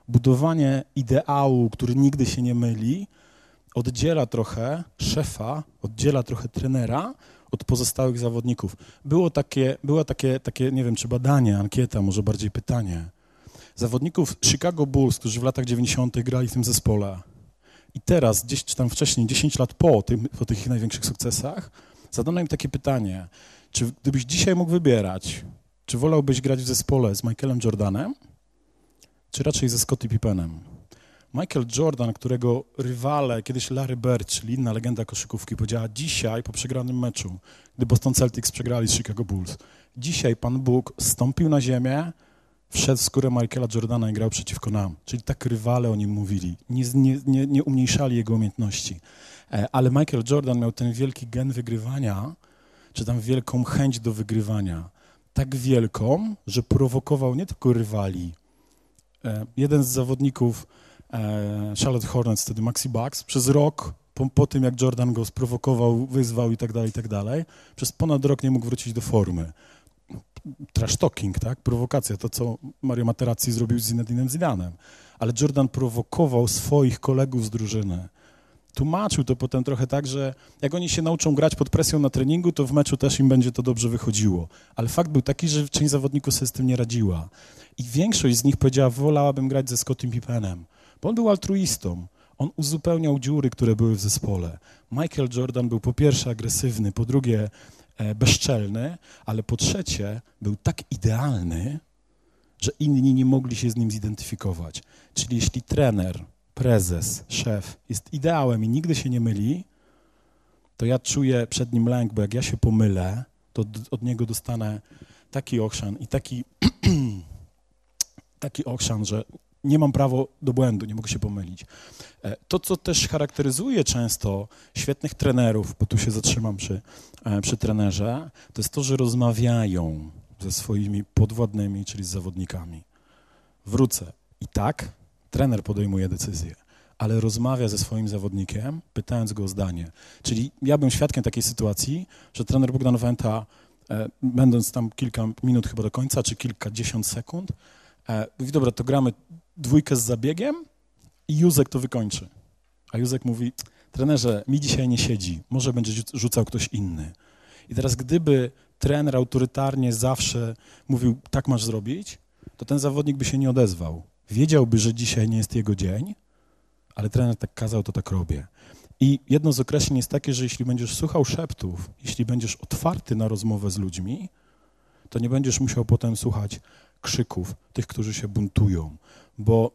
budowanie ideału, który nigdy się nie myli, oddziela trochę szefa, oddziela trochę trenera od pozostałych zawodników. Było takie, nie wiem, czy badanie, ankieta, może bardziej pytanie. Zawodników Chicago Bulls, którzy w latach 90. grali w tym zespole i teraz, gdzieś czy tam wcześniej, 10 lat po tych ich największych sukcesach, zadano im takie pytanie, czy gdybyś dzisiaj mógł wybierać, czy wolałbyś grać w zespole z Michaelem Jordanem, czy raczej ze Scottie Pippenem? Michael Jordan, którego rywale, kiedyś Larry Bird, czyli inna legenda koszykówki, powiedziała dzisiaj po przegranym meczu, gdy Boston Celtics przegrali z Chicago Bulls, dzisiaj Pan Bóg zstąpił na ziemię, wszedł w skórę Michaela Jordana i grał przeciwko nam. Czyli tak rywale o nim mówili, nie umniejszali jego umiejętności. Ale Michael Jordan miał ten wielki gen wygrywania, czy tam wielką chęć do wygrywania. Tak wielką, że prowokował nie tylko rywali. Jeden z zawodników Charlotte Hornets, wtedy Maxi Bucks, przez rok, po tym jak Jordan go sprowokował, wyzwał i tak dalej, przez ponad rok nie mógł wrócić do formy. Trash talking, tak? Prowokacja, to co Mario Materazzi zrobił z Zinedinem Zidanem. Ale Jordan prowokował swoich kolegów z drużyny. Tłumaczył to potem trochę tak, że jak oni się nauczą grać pod presją na treningu, to w meczu też im będzie to dobrze wychodziło. Ale fakt był taki, że część zawodników sobie z tym nie radziła. I większość z nich powiedziała, wolałabym grać ze Scottim Pippenem, bo on był altruistą. On uzupełniał dziury, które były w zespole. Michael Jordan był po pierwsze agresywny, po drugie bezczelny, ale po trzecie był tak idealny, że inni nie mogli się z nim zidentyfikować. Czyli jeśli trener, prezes, szef jest ideałem i nigdy się nie myli, to ja czuję przed nim lęk, bo jak ja się pomylę, to od niego dostanę taki ochrzan i taki ochrzan, że nie mam prawa do błędu, nie mogę się pomylić. To, co też charakteryzuje często świetnych trenerów, bo tu się zatrzymam przy trenerze, to jest to, że rozmawiają ze swoimi podwładnymi, czyli z zawodnikami. Wrócę. I tak trener podejmuje decyzję, ale rozmawia ze swoim zawodnikiem, pytając go o zdanie. Czyli ja byłem świadkiem takiej sytuacji, że trener Bogdan Wenta, będąc tam kilka minut chyba do końca, czy kilkadziesiąt sekund, mówi, dobra, to gramy dwójkę z zabiegiem i Józek to wykończy. A Józek mówi, trenerze, mi dzisiaj nie siedzi, może będzie rzucał ktoś inny. I teraz gdyby trener autorytarnie zawsze mówił, tak masz zrobić, to ten zawodnik by się nie odezwał. Wiedziałby, że dzisiaj nie jest jego dzień, ale trener tak kazał, to tak robię. I jedno z określeń jest takie, że jeśli będziesz słuchał szeptów, jeśli będziesz otwarty na rozmowę z ludźmi, to nie będziesz musiał potem słuchać krzyków tych, którzy się buntują. Bo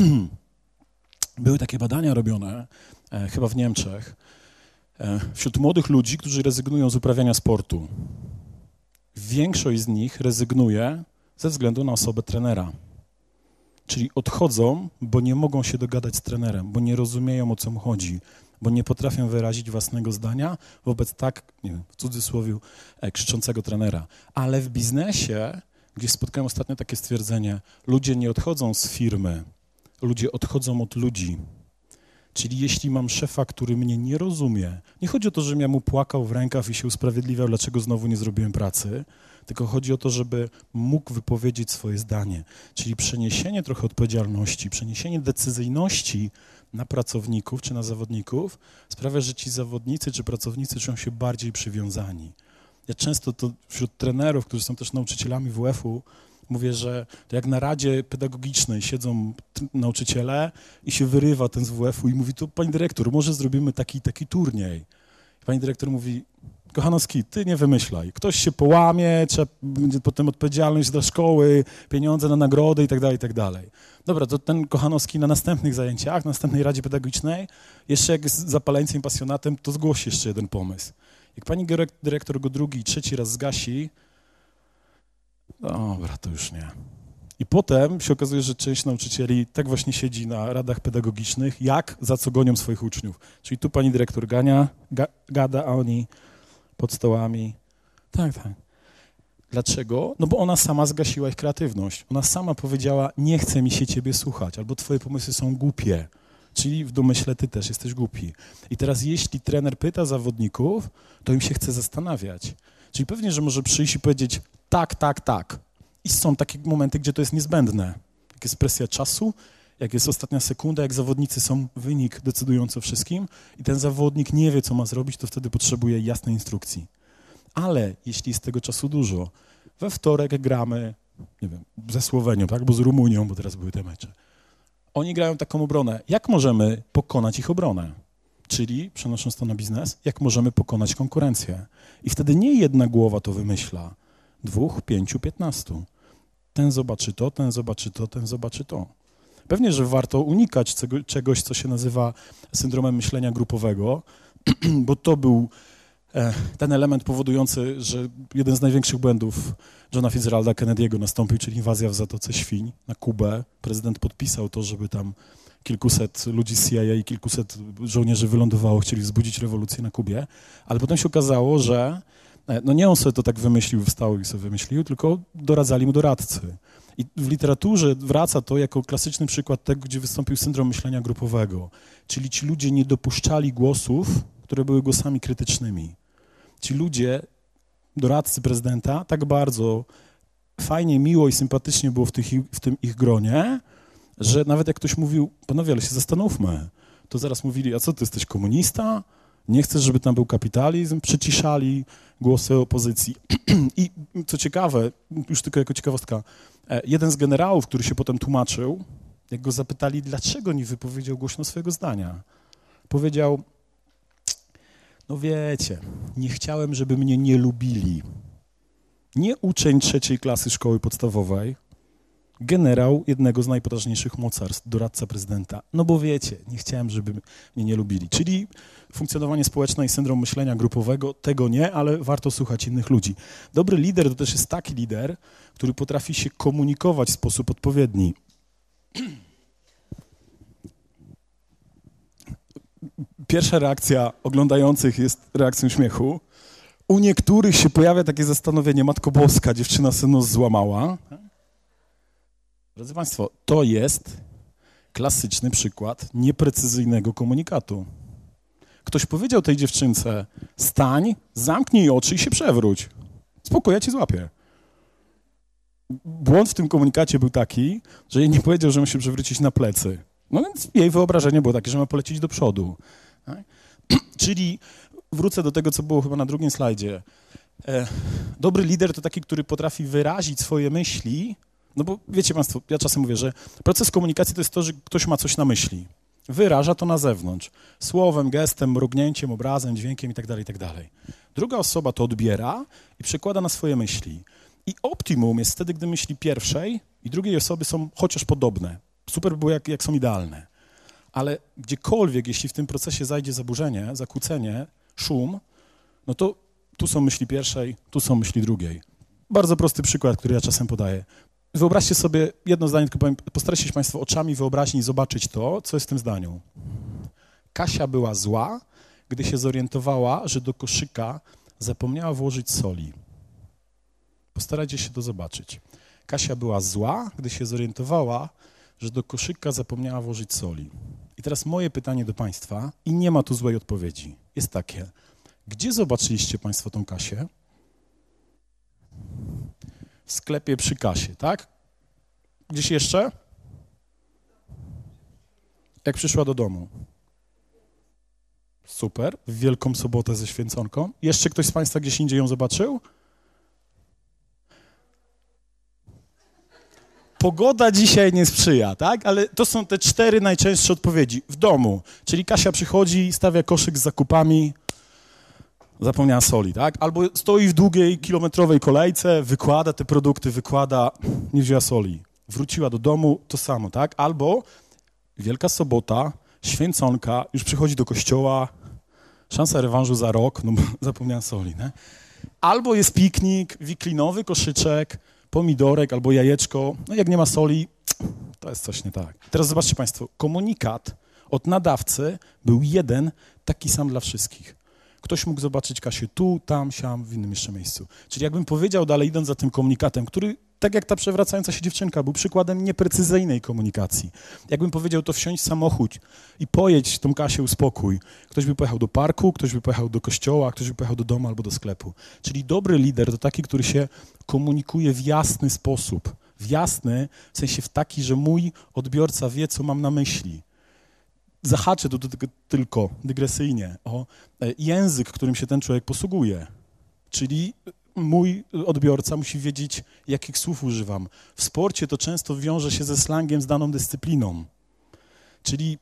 były takie badania robione, chyba w Niemczech, wśród młodych ludzi, którzy rezygnują z uprawiania sportu. Większość z nich rezygnuje ze względu na osobę trenera. Czyli odchodzą, bo nie mogą się dogadać z trenerem, bo nie rozumieją, o co mu chodzi, bo nie potrafią wyrazić własnego zdania wobec tak, nie wiem, w cudzysłowie, krzyczącego trenera. Ale w biznesie, gdzieś spotkałem ostatnio takie stwierdzenie, ludzie nie odchodzą z firmy, ludzie odchodzą od ludzi. Czyli jeśli mam szefa, który mnie nie rozumie, nie chodzi o to, żebym ja mu płakał w rękaw i się usprawiedliwiał, dlaczego znowu nie zrobiłem pracy, tylko chodzi o to, żeby mógł wypowiedzieć swoje zdanie. Czyli przeniesienie trochę odpowiedzialności, przeniesienie decyzyjności na pracowników czy na zawodników sprawia, że ci zawodnicy czy pracownicy czują się bardziej przywiązani. Ja często to wśród trenerów, którzy są też nauczycielami WF-u, mówię, że to jak na radzie pedagogicznej siedzą nauczyciele i się wyrywa ten z WF-u i mówi, to pani dyrektor, może zrobimy taki turniej. I pani dyrektor mówi, Kochanowski, ty nie wymyślaj. Ktoś się połamie, trzeba będzie potem odpowiedzialność dla szkoły, pieniądze na nagrody i tak dalej. Dobra, to ten Kochanowski na następnych zajęciach, na następnej radzie pedagogicznej, jeszcze jak jest zapaleńcem i pasjonatem, to zgłosi jeszcze jeden pomysł. Jak pani dyrektor go drugi i trzeci raz zgasi, dobra, to już nie. I potem się okazuje, że część nauczycieli tak właśnie siedzi na radach pedagogicznych, za co gonią swoich uczniów. Czyli tu pani dyrektor gada, a oni pod stołami. Tak. Dlaczego? No bo ona sama zgasiła ich kreatywność. Ona sama powiedziała, nie chce mi się ciebie słuchać, albo twoje pomysły są głupie. Czyli w domyśle ty też jesteś głupi. I teraz jeśli trener pyta zawodników, to im się chce zastanawiać. Czyli pewnie, że może przyjść i powiedzieć tak. I są takie momenty, gdzie to jest niezbędne. Jak jest presja czasu, jak jest ostatnia sekunda, jak zawodnicy są wynik decydujący o wszystkim i ten zawodnik nie wie, co ma zrobić, to wtedy potrzebuje jasnej instrukcji. Ale jeśli jest tego czasu dużo, we wtorek gramy, nie wiem, ze Słowenią, tak, bo z Rumunią, bo teraz były te mecze. Oni grają taką obronę. Jak możemy pokonać ich obronę? Czyli, przenosząc to na biznes, jak możemy pokonać konkurencję? I wtedy nie jedna głowa to wymyśla. 2, 5, 15. Ten zobaczy to, ten zobaczy to, ten zobaczy to. Pewnie, że warto unikać czegoś, co się nazywa syndromem myślenia grupowego, bo to był ten element powodujący, że jeden z największych błędów Johna Fitzgeralda Kennedy'ego nastąpił, czyli inwazja w Zatoce Świń na Kubę. Prezydent podpisał to, żeby tam kilkuset ludzi z CIA i kilkuset żołnierzy wylądowało, chcieli wzbudzić rewolucję na Kubie, ale potem się okazało, że no nie on sobie to tak wymyślił, wstał i sobie wymyślił, tylko doradzali mu doradcy. I w literaturze wraca to jako klasyczny przykład tego, gdzie wystąpił syndrom myślenia grupowego, czyli ci ludzie nie dopuszczali głosów, które były głosami krytycznymi. Ci ludzie, doradcy prezydenta, tak bardzo fajnie, miło i sympatycznie było w tym ich gronie, że nawet jak ktoś mówił, panowie, ale się zastanówmy, to zaraz mówili, a co, ty jesteś komunista? Nie chcesz, żeby tam był kapitalizm? Przyciszali głosy opozycji. I co ciekawe, już tylko jako ciekawostka, jeden z generałów, który się potem tłumaczył, jak go zapytali, dlaczego nie wypowiedział głośno swojego zdania, powiedział, no wiecie, nie chciałem, żeby mnie nie lubili. Nie uczeń 3. klasy szkoły podstawowej, generał jednego z najpotężniejszych mocarstw, doradca prezydenta. No bo wiecie, nie chciałem, żeby mnie nie lubili. Czyli funkcjonowanie społeczne i syndrom myślenia grupowego, tego nie, ale warto słuchać innych ludzi. Dobry lider to też jest taki lider, który potrafi się komunikować w sposób odpowiedni. Pierwsza reakcja oglądających jest reakcją śmiechu. U niektórych się pojawia takie zastanowienie, Matko Boska, dziewczyna se nos złamała. Drodzy Państwo, to jest klasyczny przykład nieprecyzyjnego komunikatu. Ktoś powiedział tej dziewczynce, stań, zamknij oczy i się przewróć. Spokój, ja cię złapię. Błąd w tym komunikacie był taki, że jej nie powiedział, że musi się przewrócić na plecy. No więc jej wyobrażenie było takie, że ma polecieć do przodu. Tak? Czyli wrócę do tego, co było chyba na drugim slajdzie. Dobry lider to taki, który potrafi wyrazić swoje myśli. No bo wiecie Państwo, ja czasem mówię, że proces komunikacji to jest to, że ktoś ma coś na myśli. Wyraża to na zewnątrz. Słowem, gestem, mrugnięciem, obrazem, dźwiękiem itd., itd. Druga osoba to odbiera i przekłada na swoje myśli. I optimum jest wtedy, gdy myśli pierwszej i drugiej osoby są chociaż podobne. Super by było, jak są idealne. Ale gdziekolwiek, jeśli w tym procesie zajdzie zaburzenie, zakłócenie, szum, no to tu są myśli pierwszej, tu są myśli drugiej. Bardzo prosty przykład, który ja czasem podaję. Wyobraźcie sobie, jedno zdanie, tylko powiem, postarajcie się Państwo oczami wyobraźni zobaczyć to, co jest w tym zdaniu. Kasia była zła, gdy się zorientowała, że do koszyka zapomniała włożyć soli. Postarajcie się to zobaczyć. Kasia była zła, gdy się zorientowała, że do koszyka zapomniała włożyć soli. I teraz moje pytanie do Państwa, i nie ma tu złej odpowiedzi, jest takie. Gdzie zobaczyliście Państwo tą Kasię? W sklepie przy kasie, tak? Gdzieś jeszcze? Jak przyszła do domu? Super. W Wielką Sobotę ze święconką. Jeszcze ktoś z Państwa gdzieś indziej ją zobaczył? Pogoda dzisiaj nie sprzyja, tak? Ale to są te 4 najczęstsze odpowiedzi. W domu, czyli Kasia przychodzi, stawia koszyk z zakupami, zapomniała soli, tak? Albo stoi w długiej, kilometrowej kolejce, wykłada te produkty, nie wzięła soli. Wróciła do domu, to samo, tak? Albo Wielka Sobota, święconka, już przychodzi do kościoła, szansa rewanżu za rok, no bo zapomniała soli, nie? Albo jest piknik, wiklinowy koszyczek, pomidorek albo jajeczko, no jak nie ma soli, to jest coś nie tak. Teraz zobaczcie Państwo, komunikat od nadawcy był jeden, taki sam dla wszystkich. Ktoś mógł zobaczyć Kasię tu, tam, siam, w innym jeszcze miejscu. Czyli jakbym powiedział dalej, idąc za tym komunikatem, który, tak jak ta przewracająca się dziewczynka, był przykładem nieprecyzyjnej komunikacji. Jakbym powiedział, to wsiądź w samochód i pojedź tą Kasię, uspokój. Ktoś by pojechał do parku, ktoś by pojechał do kościoła, ktoś by pojechał do domu albo do sklepu. Czyli dobry lider to taki, który się komunikuje w jasny sposób, Jasny w sensie w taki, że mój odbiorca wie, co mam na myśli. Zahaczę do tego tylko dygresyjnie o język, którym się ten człowiek posługuje. Czyli mój odbiorca musi wiedzieć, jakich słów używam. W sporcie to często wiąże się ze slangiem z daną dyscypliną. Czyli,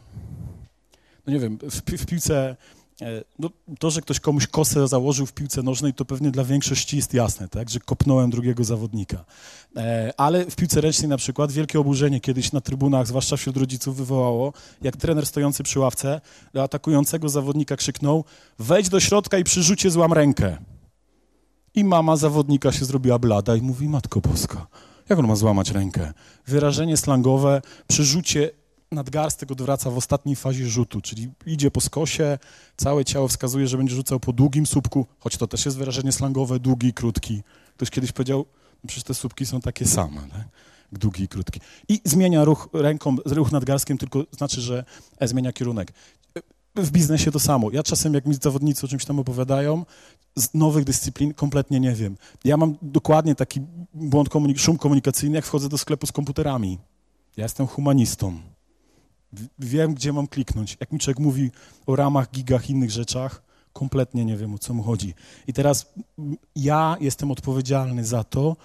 no nie wiem, w piłce, no to, że ktoś komuś kosę założył w piłce nożnej, to pewnie dla większości jest jasne, tak, że kopnąłem drugiego zawodnika. Ale w piłce ręcznej na przykład wielkie oburzenie kiedyś na trybunach, zwłaszcza wśród rodziców, wywołało, jak trener stojący przy ławce do atakującego zawodnika krzyknął: wejdź do środka i przy rzucie złam rękę. I mama zawodnika się zrobiła blada i mówi: Matko Boska, jak on ma złamać rękę? Wyrażenie slangowe, przy rzucie nadgarstek odwraca w ostatniej fazie rzutu, czyli idzie po skosie, całe ciało wskazuje, że będzie rzucał po długim słupku, choć to też jest wyrażenie slangowe, długi i krótki. Ktoś kiedyś powiedział, no przecież te słupki są takie same, tak? Długi i krótki. I zmienia ruch ręką, ruch nadgarstkiem, tylko znaczy, że zmienia kierunek. W biznesie to samo. Ja czasem, jak mi zawodnicy o czymś tam opowiadają, z nowych dyscyplin kompletnie nie wiem. Ja mam dokładnie taki błąd, szum komunikacyjny, jak wchodzę do sklepu z komputerami. Ja jestem humanistą. Wiem, gdzie mam kliknąć. Jak mi człowiek mówi o ramach, gigach, innych rzeczach, kompletnie nie wiem, o co mu chodzi. I teraz ja jestem odpowiedzialny za to,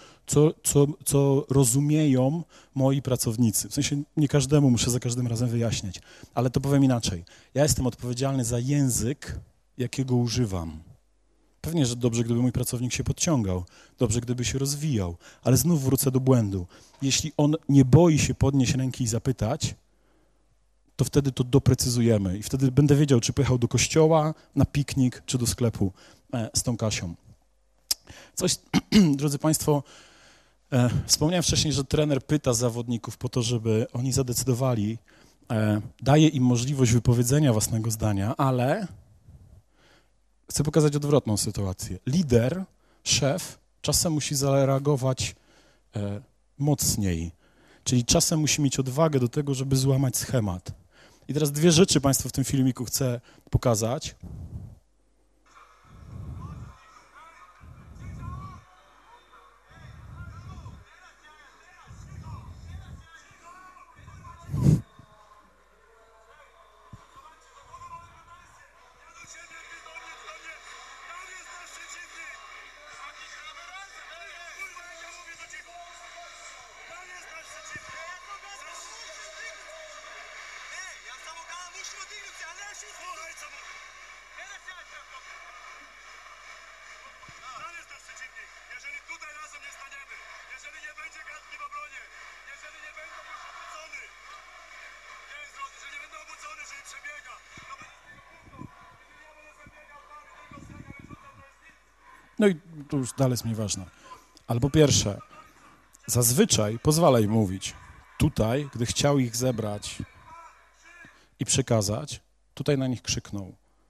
co rozumieją moi pracownicy. W sensie nie każdemu muszę za każdym razem wyjaśniać, ale to powiem inaczej. Ja jestem odpowiedzialny za język, jakiego używam. Pewnie, że dobrze, gdyby mój pracownik się podciągał, dobrze, gdyby się rozwijał, ale znów wrócę do błędu. Jeśli on nie boi się podnieść ręki i zapytać, to wtedy to doprecyzujemy i wtedy będę wiedział, czy pojechał do kościoła, na piknik, czy do sklepu z tą Kasią. Coś, drodzy Państwo, wspomniałem wcześniej, że trener pyta zawodników po to, żeby oni zadecydowali, daje im możliwość wypowiedzenia własnego zdania, ale chcę pokazać odwrotną sytuację. Lider, szef czasem musi zareagować mocniej, czyli czasem musi mieć odwagę do tego, żeby złamać schemat. I teraz dwie rzeczy Państwu w tym filmiku chcę pokazać. Jeżeli tutaj razem nie staniemy, jeżeli nie będzie gadki w obronie, jeżeli nie będą już obudzony, że nie będą obudzony, że nie przebiega, to będzie jeżeli ja będę zabiegał, pan tylko strzegał, rzucał, to jest nic. No i to już dalej jest mi ważne. Ale po pierwsze, zazwyczaj pozwala im mówić. Tutaj, gdy chciał ich zebrać i przekazać, tutaj na nich krzyknął.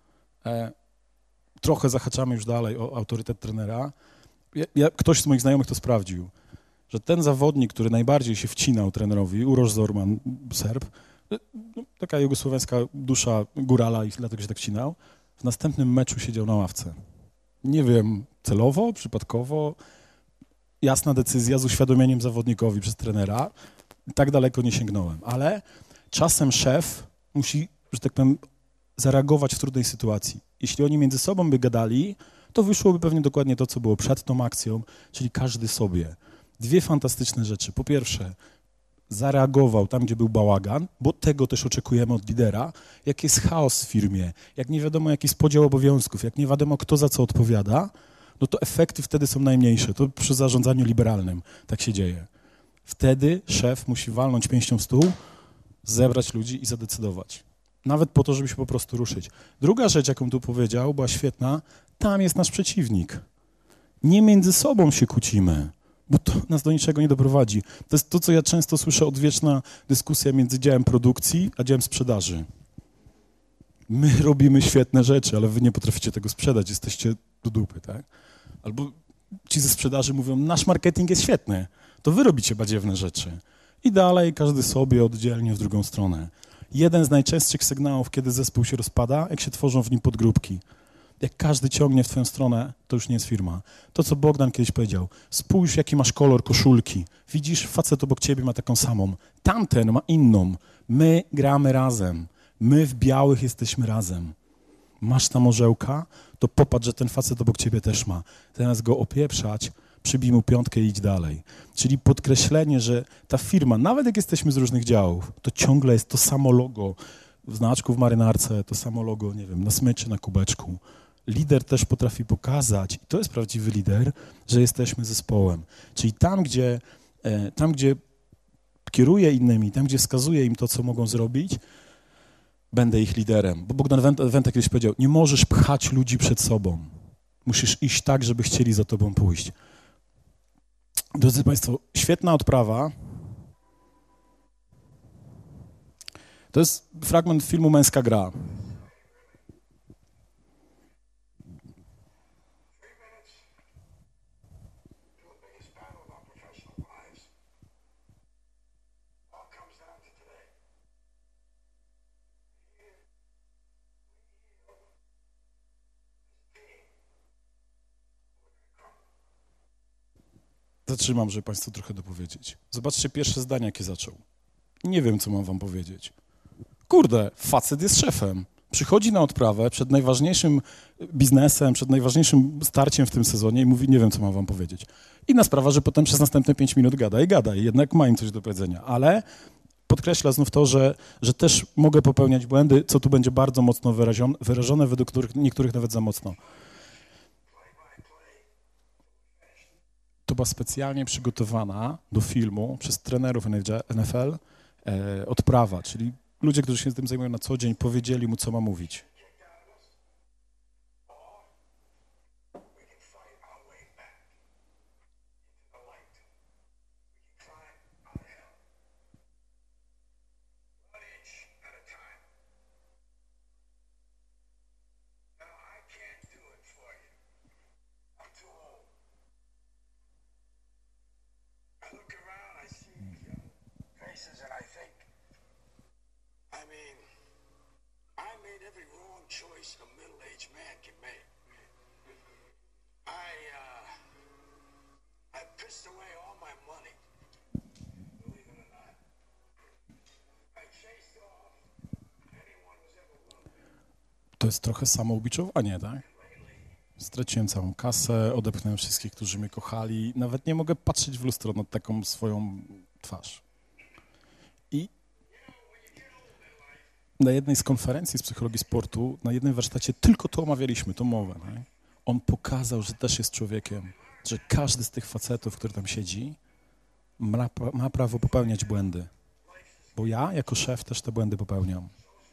Trochę zahaczamy już dalej o autorytet trenera. Ktoś z moich znajomych to sprawdził, że ten zawodnik, który najbardziej się wcinał trenerowi, Uroš Zorman, Serb, taka jugosłowiańska dusza górala i dlatego się tak wcinał, w następnym meczu siedział na ławce. Nie wiem, celowo, przypadkowo, jasna decyzja z uświadomieniem zawodnikowi przez trenera. Tak daleko nie sięgnąłem, ale czasem szef musi, że tak powiem, zareagować w trudnej sytuacji. Jeśli oni między sobą by gadali, to wyszłoby pewnie dokładnie to, co było przed tą akcją, czyli każdy sobie. Dwie fantastyczne rzeczy. Po pierwsze, zareagował tam, gdzie był bałagan, bo tego też oczekujemy od lidera, jak jest chaos w firmie, jak nie wiadomo, jaki jest podział obowiązków, jak nie wiadomo, kto za co odpowiada, no to efekty wtedy są najmniejsze. To przy zarządzaniu liberalnym tak się dzieje. Wtedy szef musi walnąć pięścią w stół, zebrać ludzi i zadecydować. Nawet po to, żeby się po prostu ruszyć. Druga rzecz, jaką tu powiedział, była świetna. Tam jest nasz przeciwnik. Nie między sobą się kłócimy, bo to nas do niczego nie doprowadzi. To jest to, co ja często słyszę, odwieczna dyskusja między działem produkcji a działem sprzedaży. My robimy świetne rzeczy, ale wy nie potraficie tego sprzedać, jesteście do dupy, tak? Albo ci ze sprzedaży mówią, nasz marketing jest świetny, to wy robicie badziewne rzeczy. I dalej każdy sobie oddzielnie w drugą stronę. Jeden z najczęstszych sygnałów, kiedy zespół się rozpada, jak się tworzą w nim podgrupki. Jak każdy ciągnie w twoją stronę, to już nie jest firma. To, co Bogdan kiedyś powiedział, spójrz, jaki masz kolor koszulki. Widzisz, facet obok ciebie ma taką samą. Tamten ma inną. My gramy razem. My w białych jesteśmy razem. Masz tam orzełka, to popatrz, że ten facet obok ciebie też ma. Zamiast go opieprzać, przybij mu piątkę i idź dalej. Czyli podkreślenie, że ta firma, nawet jak jesteśmy z różnych działów, to ciągle jest to samo logo w znaczku w marynarce, to samo logo, nie wiem, na smyczy, na kubeczku. Lider też potrafi pokazać, i to jest prawdziwy lider, że jesteśmy zespołem. Czyli tam, gdzie kieruję innymi, tam, gdzie wskazuję im to, co mogą zrobić, będę ich liderem. Bo Bogdan Wenta kiedyś powiedział, nie możesz pchać ludzi przed sobą. Musisz iść tak, żeby chcieli za tobą pójść. Drodzy Państwo, świetna odprawa. To jest fragment filmu Męska gra. Zatrzymam, żeby Państwu trochę dopowiedzieć. Zobaczcie pierwsze zdanie, jakie zaczął. Nie wiem, co mam wam powiedzieć. Kurde, facet jest szefem. Przychodzi na odprawę przed najważniejszym biznesem, przed najważniejszym starciem w tym sezonie i mówi, nie wiem, co mam wam powiedzieć. Inna sprawa, że potem przez następne 5 minut gada i jednak ma im coś do powiedzenia. Ale podkreśla znów to, że też mogę popełniać błędy, co tu będzie bardzo mocno wyrażone, według niektórych nawet za mocno. To była specjalnie przygotowana do filmu przez trenerów NFL odprawa, czyli ludzie, którzy się tym zajmują na co dzień, powiedzieli mu, co ma mówić. And I think, I mean, I made every wrong choice a middle-aged man can make. I pissed away all my money, believe it or not. I chased off anyone who's ever loved me. To jest trochę samoubiczowanie, tak? Straciłem całą kasę, odepchnąłem wszystkich, którzy mnie kochali. Nawet nie mogę patrzeć w lustro na taką swoją twarz. I na jednej z konferencji z psychologii sportu, na jednym warsztacie tylko to omawialiśmy, tą mowę. Tak? On pokazał, że też jest człowiekiem, że każdy z tych facetów, który tam siedzi, ma prawo popełniać błędy. Bo ja jako szef też te błędy popełniam.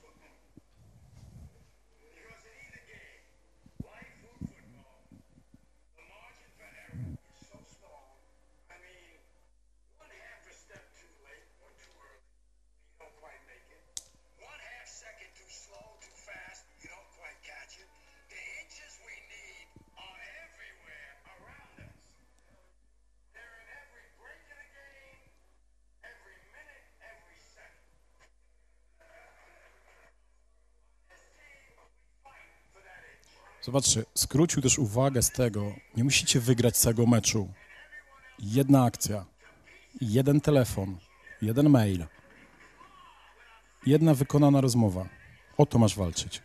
Zobaczcie, skrócił też uwagę z tego, nie musicie wygrać całego meczu. Jedna akcja, jeden telefon, jeden mail, jedna wykonana rozmowa. O to masz walczyć.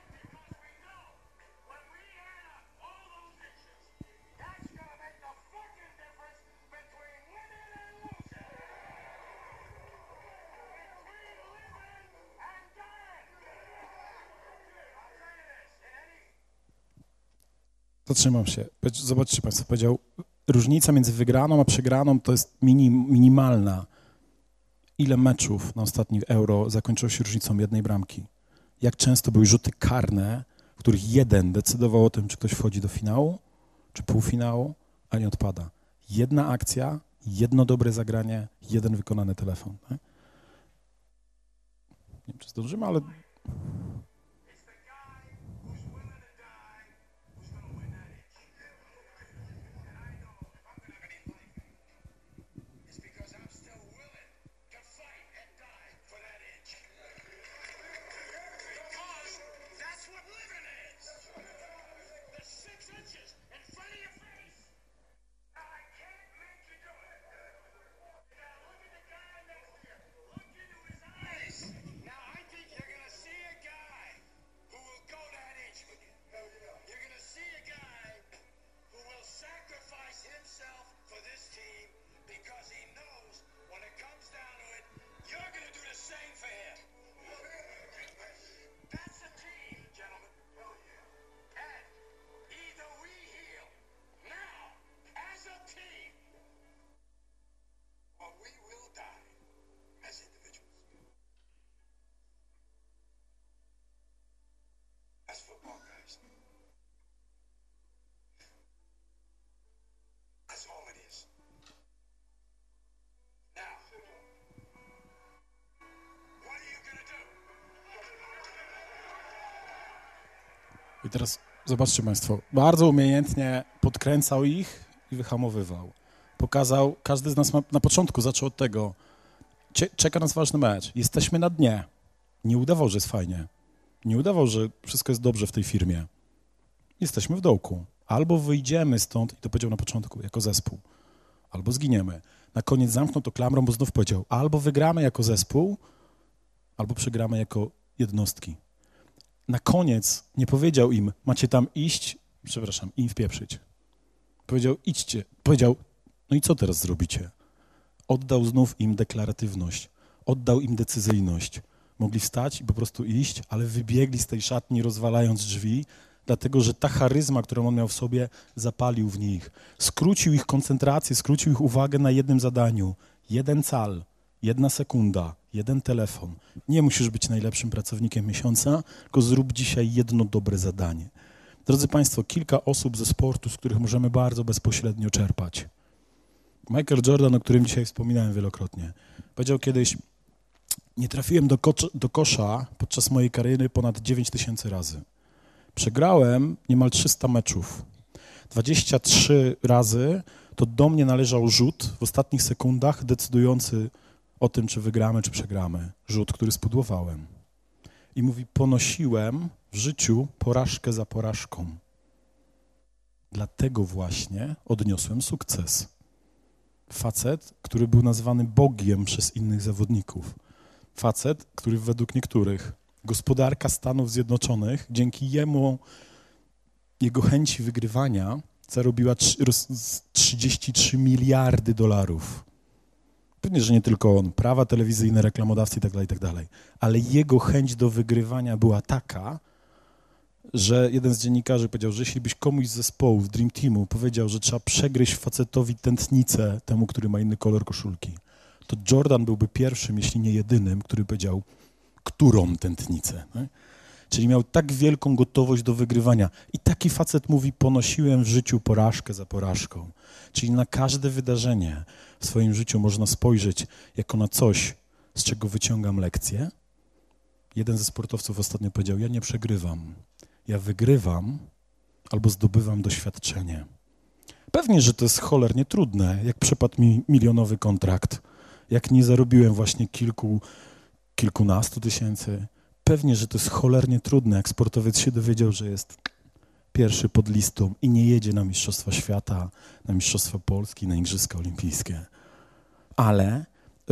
Zatrzymam się. Zobaczcie Państwo, powiedział, różnica między wygraną a przegraną to jest minimalna. Ile meczów na ostatnim Euro zakończyło się różnicą jednej bramki? Jak często były rzuty karne, w których jeden decydował o tym, czy ktoś wchodzi do finału, czy półfinału, a nie odpada. Jedna akcja, jedno dobre zagranie, jeden wykonany telefon. Tak? Nie wiem, czy zdążymy, ale... himself for this team because he knows when it comes down to it, you're going to do the same for him. That's the team, gentlemen. Hell yeah. And either we heal now as a team, or we will die as individuals. That's football, guys. That's all it is. Now, what are you gonna do? I teraz zobaczcie Państwo, bardzo umiejętnie podkręcał ich i wyhamowywał. Pokazał, każdy z nas na początku zaczął od tego, czeka nas ważny mecz, jesteśmy na dnie. Nie udawał, że jest fajnie. Nie udawał, że wszystko jest dobrze w tej firmie. Jesteśmy w dołku. Albo wyjdziemy stąd, i to powiedział na początku, jako zespół, albo zginiemy. Na koniec zamknął to klamrą, bo znów powiedział, albo wygramy jako zespół, albo przegramy jako jednostki. Na koniec nie powiedział im, macie tam iść, im wpieprzyć. Powiedział, idźcie. Powiedział, no i co teraz zrobicie? Oddał znów im deklaratywność, oddał im decyzyjność. Mogli wstać i po prostu iść, ale wybiegli z tej szatni, rozwalając drzwi, dlatego że ta charyzma, którą on miał w sobie, zapalił w nich. Skrócił ich koncentrację, skrócił ich uwagę na jednym zadaniu. 1 cal, 1 sekunda, 1 telefon. Nie musisz być najlepszym pracownikiem miesiąca, tylko zrób dzisiaj jedno dobre zadanie. Drodzy Państwo, kilka osób ze sportu, z których możemy bardzo bezpośrednio czerpać. Michael Jordan, o którym dzisiaj wspominałem wielokrotnie, powiedział kiedyś, nie trafiłem do kosza podczas mojej kariery ponad 9000 razy. Przegrałem niemal 300 meczów. 23 razy to do mnie należał rzut w ostatnich sekundach decydujący o tym, czy wygramy, czy przegramy. Rzut, który spudłowałem. I mówi, ponosiłem w życiu porażkę za porażką. Dlatego właśnie odniosłem sukces. Facet, który był nazwany Bogiem przez innych zawodników. Facet, który według niektórych gospodarka Stanów Zjednoczonych dzięki jego chęci wygrywania zarobiła 33 miliardy dolarów. Pewnie, że nie tylko on, prawa telewizyjne, reklamodawcy itd., ale jego chęć do wygrywania była taka, że jeden z dziennikarzy powiedział, że jeśli byś komuś z zespołu, z Dream Teamu powiedział, że trzeba przegryźć facetowi tętnicę temu, który ma inny kolor koszulki, to Jordan byłby pierwszym, jeśli nie jedynym, który powiedział, którą tętnicę. Nie? Czyli miał tak wielką gotowość do wygrywania. I taki facet mówi, ponosiłem w życiu porażkę za porażką. Czyli na każde wydarzenie w swoim życiu można spojrzeć jako na coś, z czego wyciągam lekcję. Jeden ze sportowców ostatnio powiedział, ja nie przegrywam. Ja wygrywam albo zdobywam doświadczenie. Pewnie, że to jest cholernie trudne, jak przypadł mi milionowy kontrakt, jak nie zarobiłem właśnie kilkunastu tysięcy. Pewnie, że to jest cholernie trudne, jak sportowiec się dowiedział, że jest pierwszy pod listą i nie jedzie na Mistrzostwa Świata, na Mistrzostwa Polski, na Igrzyska Olimpijskie. Ale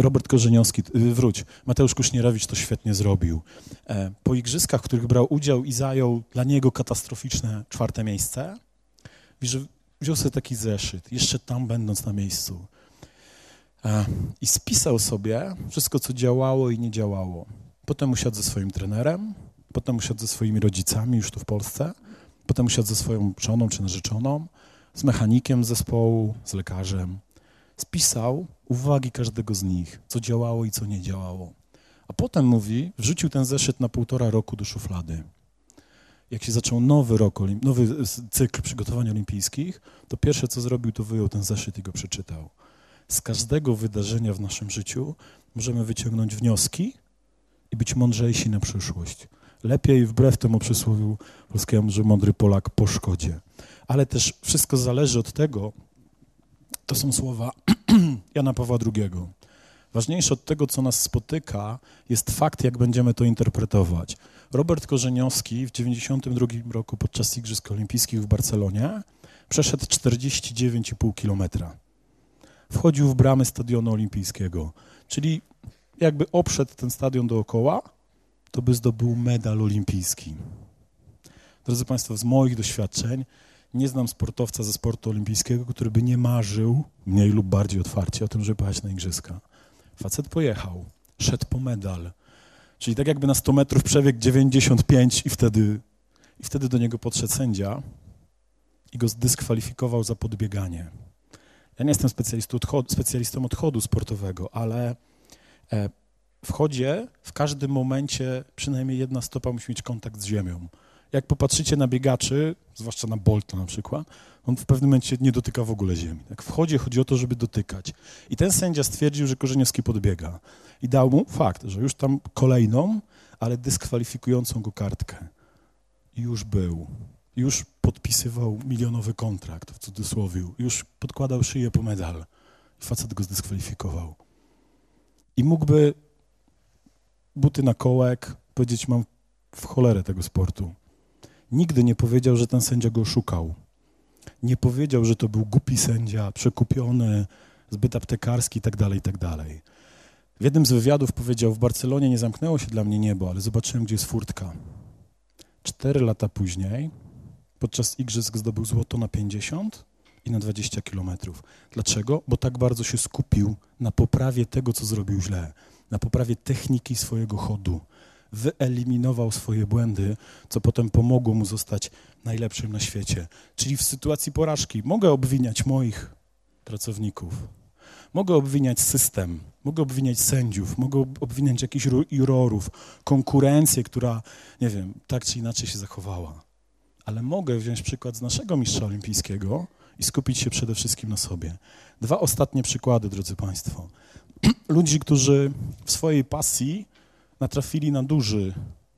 Mateusz Kuśnierowicz to świetnie zrobił. Po igrzyskach, w których brał udział i zajął dla niego katastroficzne 4. miejsce, wziął sobie taki zeszyt, jeszcze tam będąc na miejscu. I spisał sobie wszystko, co działało i nie działało. Potem usiadł ze swoim trenerem, potem usiadł ze swoimi rodzicami już tu w Polsce, potem usiadł ze swoją żoną czy narzeczoną, z mechanikiem zespołu, z lekarzem. Spisał uwagi każdego z nich, co działało i co nie działało. A potem mówi, wrzucił ten zeszyt na 1,5 roku do szuflady. Jak się zaczął nowy cykl przygotowań olimpijskich, to pierwsze, co zrobił, to wyjął ten zeszyt i go przeczytał. Z każdego wydarzenia w naszym życiu możemy wyciągnąć wnioski i być mądrzejsi na przyszłość. Lepiej wbrew temu przysłowiu polskiemu, że mądry Polak po szkodzie. Ale też wszystko zależy od tego, to są słowa Jana Pawła II. Ważniejsze od tego, co nas spotyka, jest fakt, jak będziemy to interpretować. Robert Korzeniowski w 1992 roku podczas Igrzysk Olimpijskich w Barcelonie przeszedł 49,5 kilometra. Wchodził w bramy stadionu olimpijskiego, czyli jakby obszedł ten stadion dookoła, to by zdobył medal olimpijski. Drodzy Państwo, z moich doświadczeń nie znam sportowca ze sportu olimpijskiego, który by nie marzył, mniej lub bardziej otwarcie, o tym, żeby pojechać na igrzyska. Facet pojechał, szedł po medal. Czyli tak jakby na 100 metrów przebiegł 95 i wtedy do niego podszedł sędzia i go zdyskwalifikował za podbieganie. Ja nie jestem specjalistą odchodu sportowego, ale w chodzie w każdym momencie przynajmniej jedna stopa musi mieć kontakt z ziemią. Jak popatrzycie na biegaczy, zwłaszcza na Bolta na przykład, on w pewnym momencie nie dotyka w ogóle ziemi. Tak w chodzie chodzi o to, żeby dotykać. I ten sędzia stwierdził, że Korzeniowski podbiega. I dał mu fakt, że już tam kolejną, ale dyskwalifikującą go kartkę. I już był. Już podpisywał milionowy kontrakt, w cudzysłowie. Już podkładał szyję po medal. I facet go zdyskwalifikował. I mógłby buty na kołek powiedzieć, mam w cholerę tego sportu. Nigdy nie powiedział, że ten sędzia go oszukał. Nie powiedział, że to był głupi sędzia, przekupiony, zbyt aptekarski itd., itd. W jednym z wywiadów powiedział, w Barcelonie nie zamknęło się dla mnie niebo, ale zobaczyłem, gdzie jest furtka. 4 lata później, podczas igrzysk zdobył złoto na 50 i na 20 kilometrów. Dlaczego? Bo tak bardzo się skupił na poprawie tego, co zrobił źle, na poprawie techniki swojego chodu. Wyeliminował swoje błędy, co potem pomogło mu zostać najlepszym na świecie. Czyli w sytuacji porażki mogę obwiniać moich pracowników, mogę obwiniać system, mogę obwiniać sędziów, mogę obwiniać jakichś jurorów, konkurencję, która, nie wiem, tak czy inaczej się zachowała. Ale mogę wziąć przykład z naszego mistrza olimpijskiego i skupić się przede wszystkim na sobie. 2 ostatnie przykłady, drodzy Państwo. Ludzi, którzy w swojej pasji natrafili na duży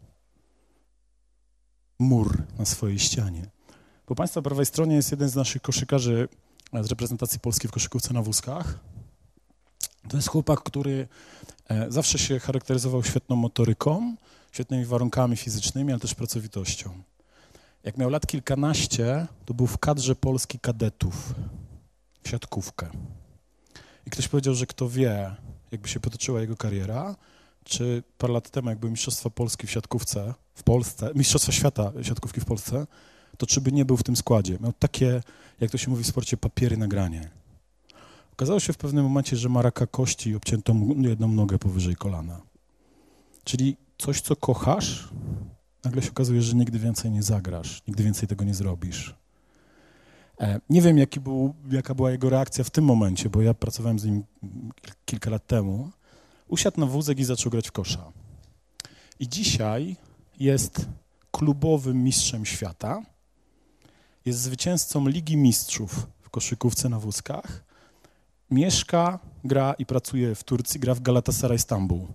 mur na swojej ścianie. Po Państwa prawej stronie jest jeden z naszych koszykarzy z reprezentacji Polski w koszykówce na wózkach. To jest chłopak, który zawsze się charakteryzował świetną motoryką, świetnymi warunkami fizycznymi, ale też pracowitością. Jak miał lat kilkanaście, to był w kadrze Polski kadetów w siatkówkę. I ktoś powiedział, że kto wie, jakby się potoczyła jego kariera, czy parę lat temu, jak były Mistrzostwa Polski w siatkówce w Polsce, Mistrzostwa Świata siatkówki w Polsce, to czy by nie był w tym składzie. Miał takie, jak to się mówi w sporcie, papiery na granie. Okazało się w pewnym momencie, że ma raka kości i obciętą mu jedną nogę powyżej kolana. Czyli coś, co kochasz, nagle się okazuje, że nigdy więcej nie zagrasz, nigdy więcej tego nie zrobisz. Nie wiem, jaka była jego reakcja w tym momencie, bo ja pracowałem z nim kilka lat temu. Usiadł na wózek i zaczął grać w kosza. I dzisiaj jest klubowym mistrzem świata, jest zwycięzcą Ligi Mistrzów w koszykówce na wózkach, mieszka, gra i pracuje w Turcji, gra w Galatasaray Stambuł.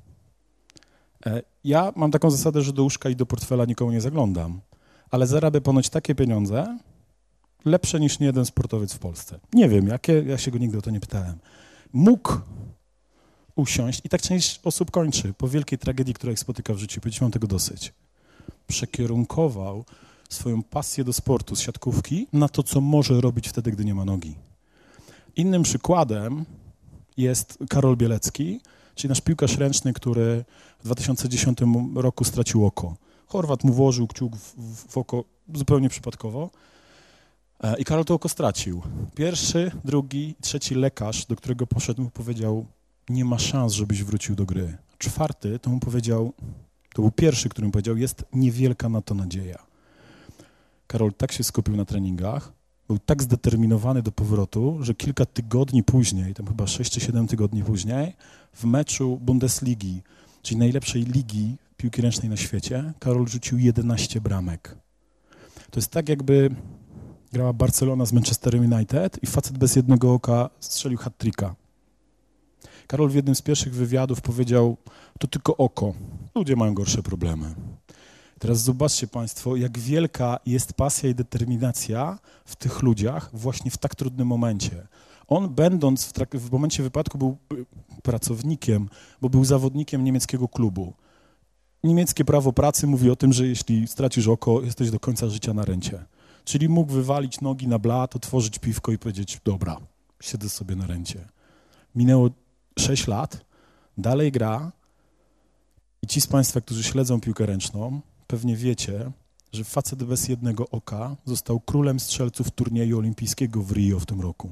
Ja mam taką zasadę, że do łóżka i do portfela nikomu nie zaglądam, ale zarabia ponoć takie pieniądze, lepsze niż niejeden sportowiec w Polsce. Nie wiem jakie, ja się go nigdy o to nie pytałem. Mógł usiąść i tak część osób kończy po wielkiej tragedii, która ich spotyka w życiu. Powiedzieć, mam tego dosyć. Przekierunkował swoją pasję do sportu z siatkówki na to, co może robić wtedy, gdy nie ma nogi. Innym przykładem jest Karol Bielecki, czyli nasz piłkarz ręczny, który w 2010 roku stracił oko. Chorwat mu włożył kciuk w oko zupełnie przypadkowo i Karol to oko stracił. 1., 2., 3. lekarz, do którego poszedł, mu powiedział, nie ma szans, żebyś wrócił do gry. 4. to mu powiedział, to był pierwszy, który mu powiedział, jest niewielka na to nadzieja. Karol tak się skupił na treningach, był tak zdeterminowany do powrotu, że kilka tygodni później, tam chyba 6 czy 7 tygodni później, w meczu Bundesligi, czyli najlepszej ligi piłki ręcznej na świecie, Karol rzucił 11 bramek. To jest tak, jakby grała Barcelona z Manchesterem United i facet bez jednego oka strzelił hat-tricka. Karol w jednym z pierwszych wywiadów powiedział, to tylko oko, ludzie mają gorsze problemy. Teraz zobaczcie Państwo, jak wielka jest pasja i determinacja w tych ludziach właśnie w tak trudnym momencie. On będąc w momencie wypadku był pracownikiem, bo był zawodnikiem niemieckiego klubu. Niemieckie prawo pracy mówi o tym, że jeśli stracisz oko, jesteś do końca życia na rencie. Czyli mógł wywalić nogi na blat, otworzyć piwko i powiedzieć, dobra, siedzę sobie na rencie. Minęło 6 lat, dalej gra i ci z Państwa, którzy śledzą piłkę ręczną, pewnie wiecie, że facet bez jednego oka został królem strzelców turnieju olimpijskiego w Rio w tym roku.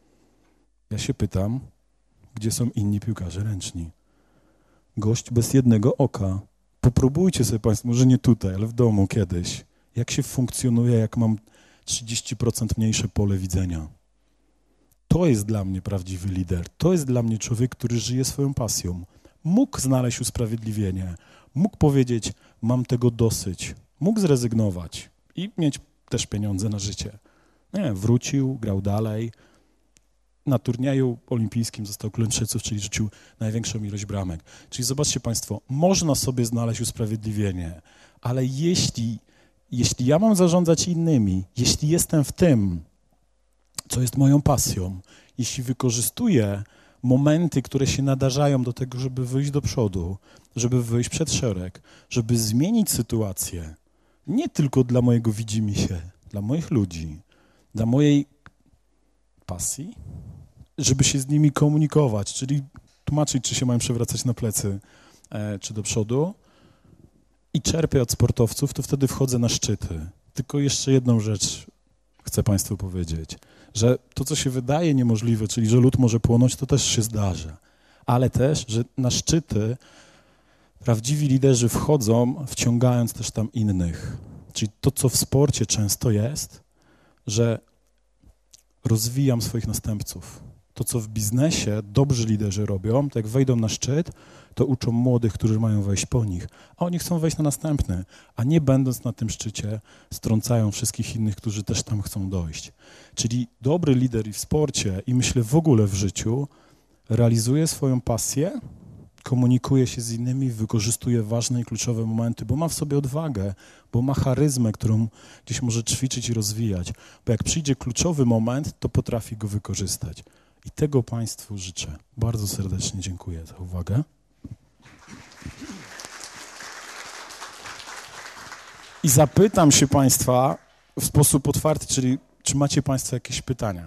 Ja się pytam, gdzie są inni piłkarze ręczni? Gość bez jednego oka. Popróbujcie sobie Państwo, może nie tutaj, ale w domu kiedyś, jak się funkcjonuje, jak mam 30% mniejsze pole widzenia. To jest dla mnie prawdziwy lider. To jest dla mnie człowiek, który żyje swoją pasją. Mógł znaleźć usprawiedliwienie. Mógł powiedzieć, mam tego dosyć. Mógł zrezygnować i mieć też pieniądze na życie. Nie, wrócił, grał dalej. Na turnieju olimpijskim został królem strzelców, czyli rzucił największą ilość bramek. Czyli zobaczcie Państwo, można sobie znaleźć usprawiedliwienie, ale jeśli ja mam zarządzać innymi, jeśli jestem w tym, co jest moją pasją, jeśli wykorzystuję momenty, które się nadarzają do tego, żeby wyjść do przodu, żeby wyjść przed szereg, żeby zmienić sytuację, nie tylko dla mojego widzimisię, dla moich ludzi, dla mojej pasji, żeby się z nimi komunikować, czyli tłumaczyć, czy się mają przewracać na plecy, czy do przodu i czerpię od sportowców, to wtedy wchodzę na szczyty. Tylko jeszcze jedną rzecz chcę Państwu powiedzieć, że to, co się wydaje niemożliwe, czyli że lód może płonąć, to też się zdarza, ale też, że na szczyty prawdziwi liderzy wchodzą, wciągając też tam innych. Czyli to, co w sporcie często jest, że rozwijam swoich następców. To, co w biznesie dobrzy liderzy robią, to jak wejdą na szczyt, to uczą młodych, którzy mają wejść po nich, a oni chcą wejść na następny, a nie będąc na tym szczycie, strącają wszystkich innych, którzy też tam chcą dojść. Czyli dobry lider i w sporcie, i myślę w ogóle w życiu, realizuje swoją pasję, komunikuje się z innymi, wykorzystuje ważne i kluczowe momenty, bo ma w sobie odwagę, bo ma charyzmę, którą gdzieś może ćwiczyć i rozwijać. Bo jak przyjdzie kluczowy moment, to potrafi go wykorzystać. I tego Państwu życzę. Bardzo serdecznie dziękuję za uwagę. I zapytam się Państwa w sposób otwarty, czyli czy macie Państwo jakieś pytania?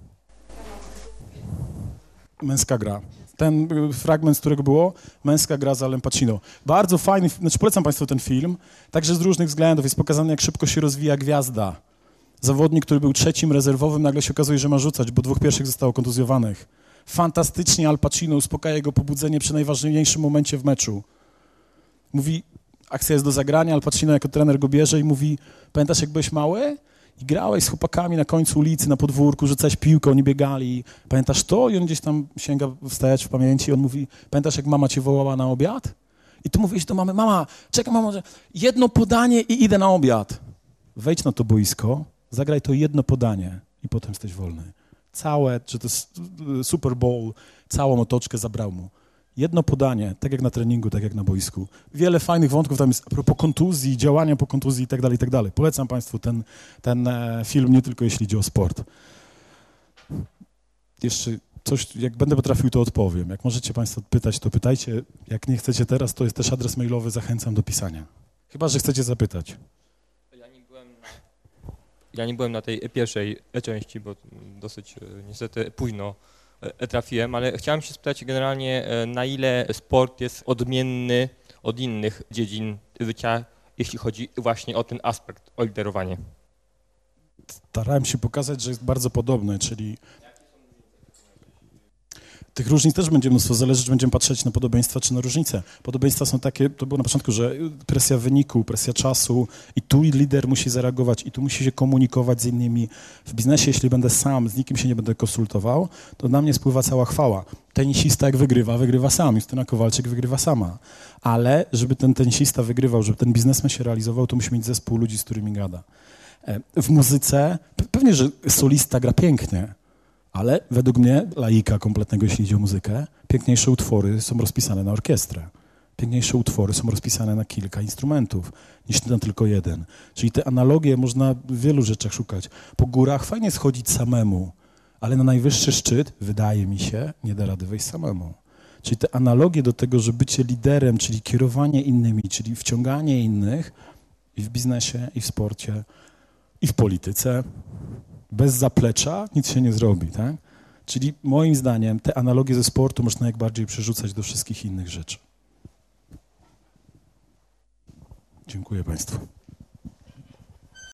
Męska gra. Ten fragment, z którego było, męska gra z Alem Pacino. Bardzo fajny, znaczy polecam Państwu ten film, także z różnych względów. Jest pokazane, jak szybko się rozwija gwiazda. Zawodnik, który był trzecim rezerwowym, nagle się okazuje, że ma rzucać, bo 2 pierwszych zostało kontuzjowanych. Fantastycznie Al Pacino uspokaja jego pobudzenie przy najważniejszym momencie w meczu. Mówi, akcja jest do zagrania, Al Pacino jako trener go bierze i mówi, pamiętasz jak byłeś mały? I grałeś z chłopakami na końcu ulicy, na podwórku, rzucałeś piłkę, oni biegali. Pamiętasz to? I on gdzieś tam sięga wstajać w pamięci. On mówi, pamiętasz jak mama cię wołała na obiad? I tu mówisz do mamy, mama, czekaj mamo, jedno podanie i idę na obiad. Wejdź na to boisko, zagraj to jedno podanie i potem jesteś wolny. Całe, czy to jest Super Bowl, całą otoczkę zabrał mu. Jedno podanie, tak jak na treningu, tak jak na boisku. Wiele fajnych wątków tam jest a propos kontuzji, działania po kontuzji i tak dalej, i tak dalej. Polecam Państwu ten film, nie tylko jeśli idzie o sport. Jeszcze coś, jak będę potrafił, to odpowiem. Jak możecie Państwo pytać, to pytajcie. Jak nie chcecie teraz, to jest też adres mailowy, zachęcam do pisania. Chyba że chcecie zapytać. Ja nie byłem na tej pierwszej części, bo dosyć niestety późno trafiłem, ale chciałem się spytać generalnie, na ile sport jest odmienny od innych dziedzin życia, jeśli chodzi właśnie o ten aspekt, o liderowanie. Starałem się pokazać, że jest bardzo podobny, czyli tych różnic też będzie mnóstwo, zależy, czy będziemy patrzeć na podobieństwa, czy na różnice. Podobieństwa są takie, to było na początku, że presja wyniku, presja czasu i tu lider musi zareagować i tu musi się komunikować z innymi. W biznesie, jeśli będę sam, z nikim się nie będę konsultował, to na mnie spływa cała chwała. Tenisista jak wygrywa sam, Justyna Kowalczyk wygrywa sama. Ale żeby ten tenisista wygrywał, żeby ten biznesmen się realizował, to musi mieć zespół ludzi, z którymi gada. W muzyce, pewnie, że solista gra pięknie, ale według mnie, laika kompletnego, jeśli idzie o muzykę, piękniejsze utwory są rozpisane na orkiestrę. Piękniejsze utwory są rozpisane na kilka instrumentów, niż na tylko jeden. Czyli te analogie można w wielu rzeczach szukać. Po górach fajnie schodzić samemu, ale na najwyższy szczyt, wydaje mi się, nie da rady wejść samemu. Czyli te analogie do tego, że bycie liderem, czyli kierowanie innymi, czyli wciąganie innych i w biznesie, i w sporcie, i w polityce, bez zaplecza nic się nie zrobi, tak? Czyli moim zdaniem te analogie ze sportu można jak bardziej przerzucać do wszystkich innych rzeczy. Dziękuję Państwu.